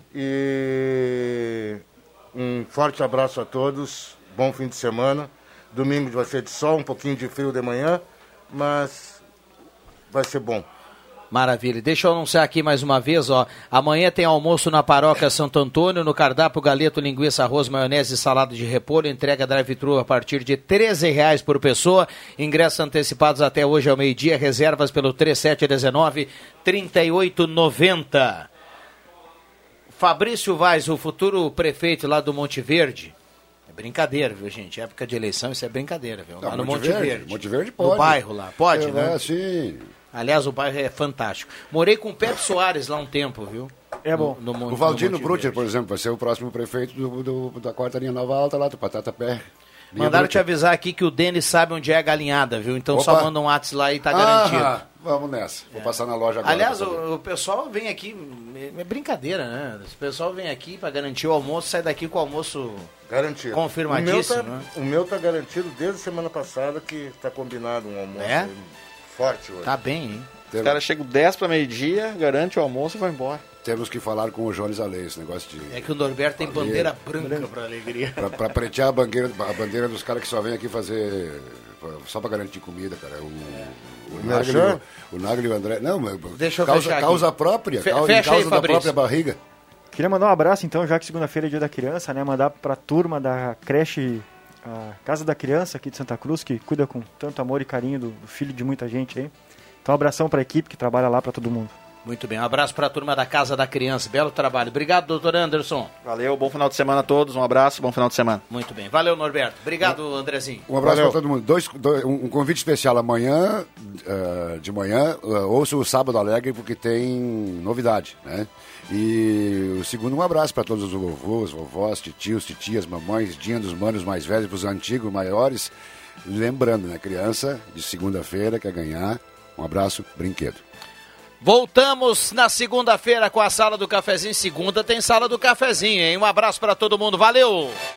E um forte abraço a todos, bom fim de semana. Domingo vai ser de sol, um pouquinho de frio de manhã, mas vai ser bom. Maravilha. Deixa eu anunciar aqui mais uma vez, ó. Amanhã tem almoço na Paróquia Santo Antônio, no cardápio galeto, linguiça, arroz, maionese e salada de repolho. Entrega drive-thru a partir de treze reais por pessoa. Ingressos antecipados até hoje ao meio-dia. Reservas pelo trinta e sete dezenove, trinta e oito noventa. Fabrício Vaz, o futuro prefeito lá do Monte Verde. É brincadeira, viu, gente? Época de eleição, isso é brincadeira, viu? Não, Tá lá no Monte Monte Verde, Verde. Monte Verde pode. No bairro lá. Pode, é, né? É, sim. Aliás, o bairro é fantástico. Morei com o Pepe Soares lá um tempo, viu? É bom. No, no, O Valdino no Monte Brutcher, Verde. por exemplo, vai ser o próximo prefeito do, do- da quarta linha Nova Alta lá, do Patata Pé. Linha Mandaram te Brutcher. avisar aqui que o Denis sabe onde é a galinhada, viu? Então Opa. só manda um WhatsApp lá e tá garantido. Ah, vamos nessa. Vou passar na loja agora. Aliás, pra saber. o, o pessoal vem aqui, é brincadeira, né? O pessoal vem aqui pra garantir o almoço, sai daqui com o almoço Garantido. confirmadíssimo, O meu, tá, né? o meu tá garantido desde semana passada que tá combinado um almoço É? forte hoje. Tá bem, hein? Os caras chegam dez para meio-dia, garante o almoço e vão embora. Temos que falar com o Jones Alê, esse negócio de... É que o Norberto tem bandeira branca pra alegria. Pra, pra pretear a bandeira, a bandeira dos caras que só vêm aqui fazer... Só pra garantir comida, cara. O, o, o, Nagli, Merchan? o, o Nagli e o André... Não, mas Deixa eu causa, fechar aqui. causa própria. Fe- causa, fecha aí, causa da Fabrício. própria barriga. Queria mandar um abraço, então, já que segunda-feira é dia da criança, né? Mandar pra turma da creche, a Casa da Criança aqui de Santa Cruz, que cuida com tanto amor e carinho do, do filho de muita gente aí. Então, um abração pra equipe que trabalha lá, pra todo mundo. Muito bem, um abraço pra turma da Casa da Criança. Belo trabalho. Obrigado, doutor Anderson. Valeu, bom final de semana a todos, um abraço, bom final de semana. Muito bem. Valeu, Norberto. Obrigado, Andrezinho. Um abraço Valeu. para todo mundo. Dois, dois- um um convite especial amanhã, eh, de manhã, uh, ouça o Sábado Alegre, porque tem novidade, né? E o segundo, um abraço para todos os vovôs, vovós, titios, titias, mamães, dia dos manos mais velhos, para os antigos, maiores. Lembrando, né? Criança, de segunda-feira, quer ganhar. Um abraço, brinquedo. Voltamos na segunda-feira com a Sala do Cafezinho. Segunda tem Sala do Cafezinho, hein? Um abraço pra todo mundo. Valeu!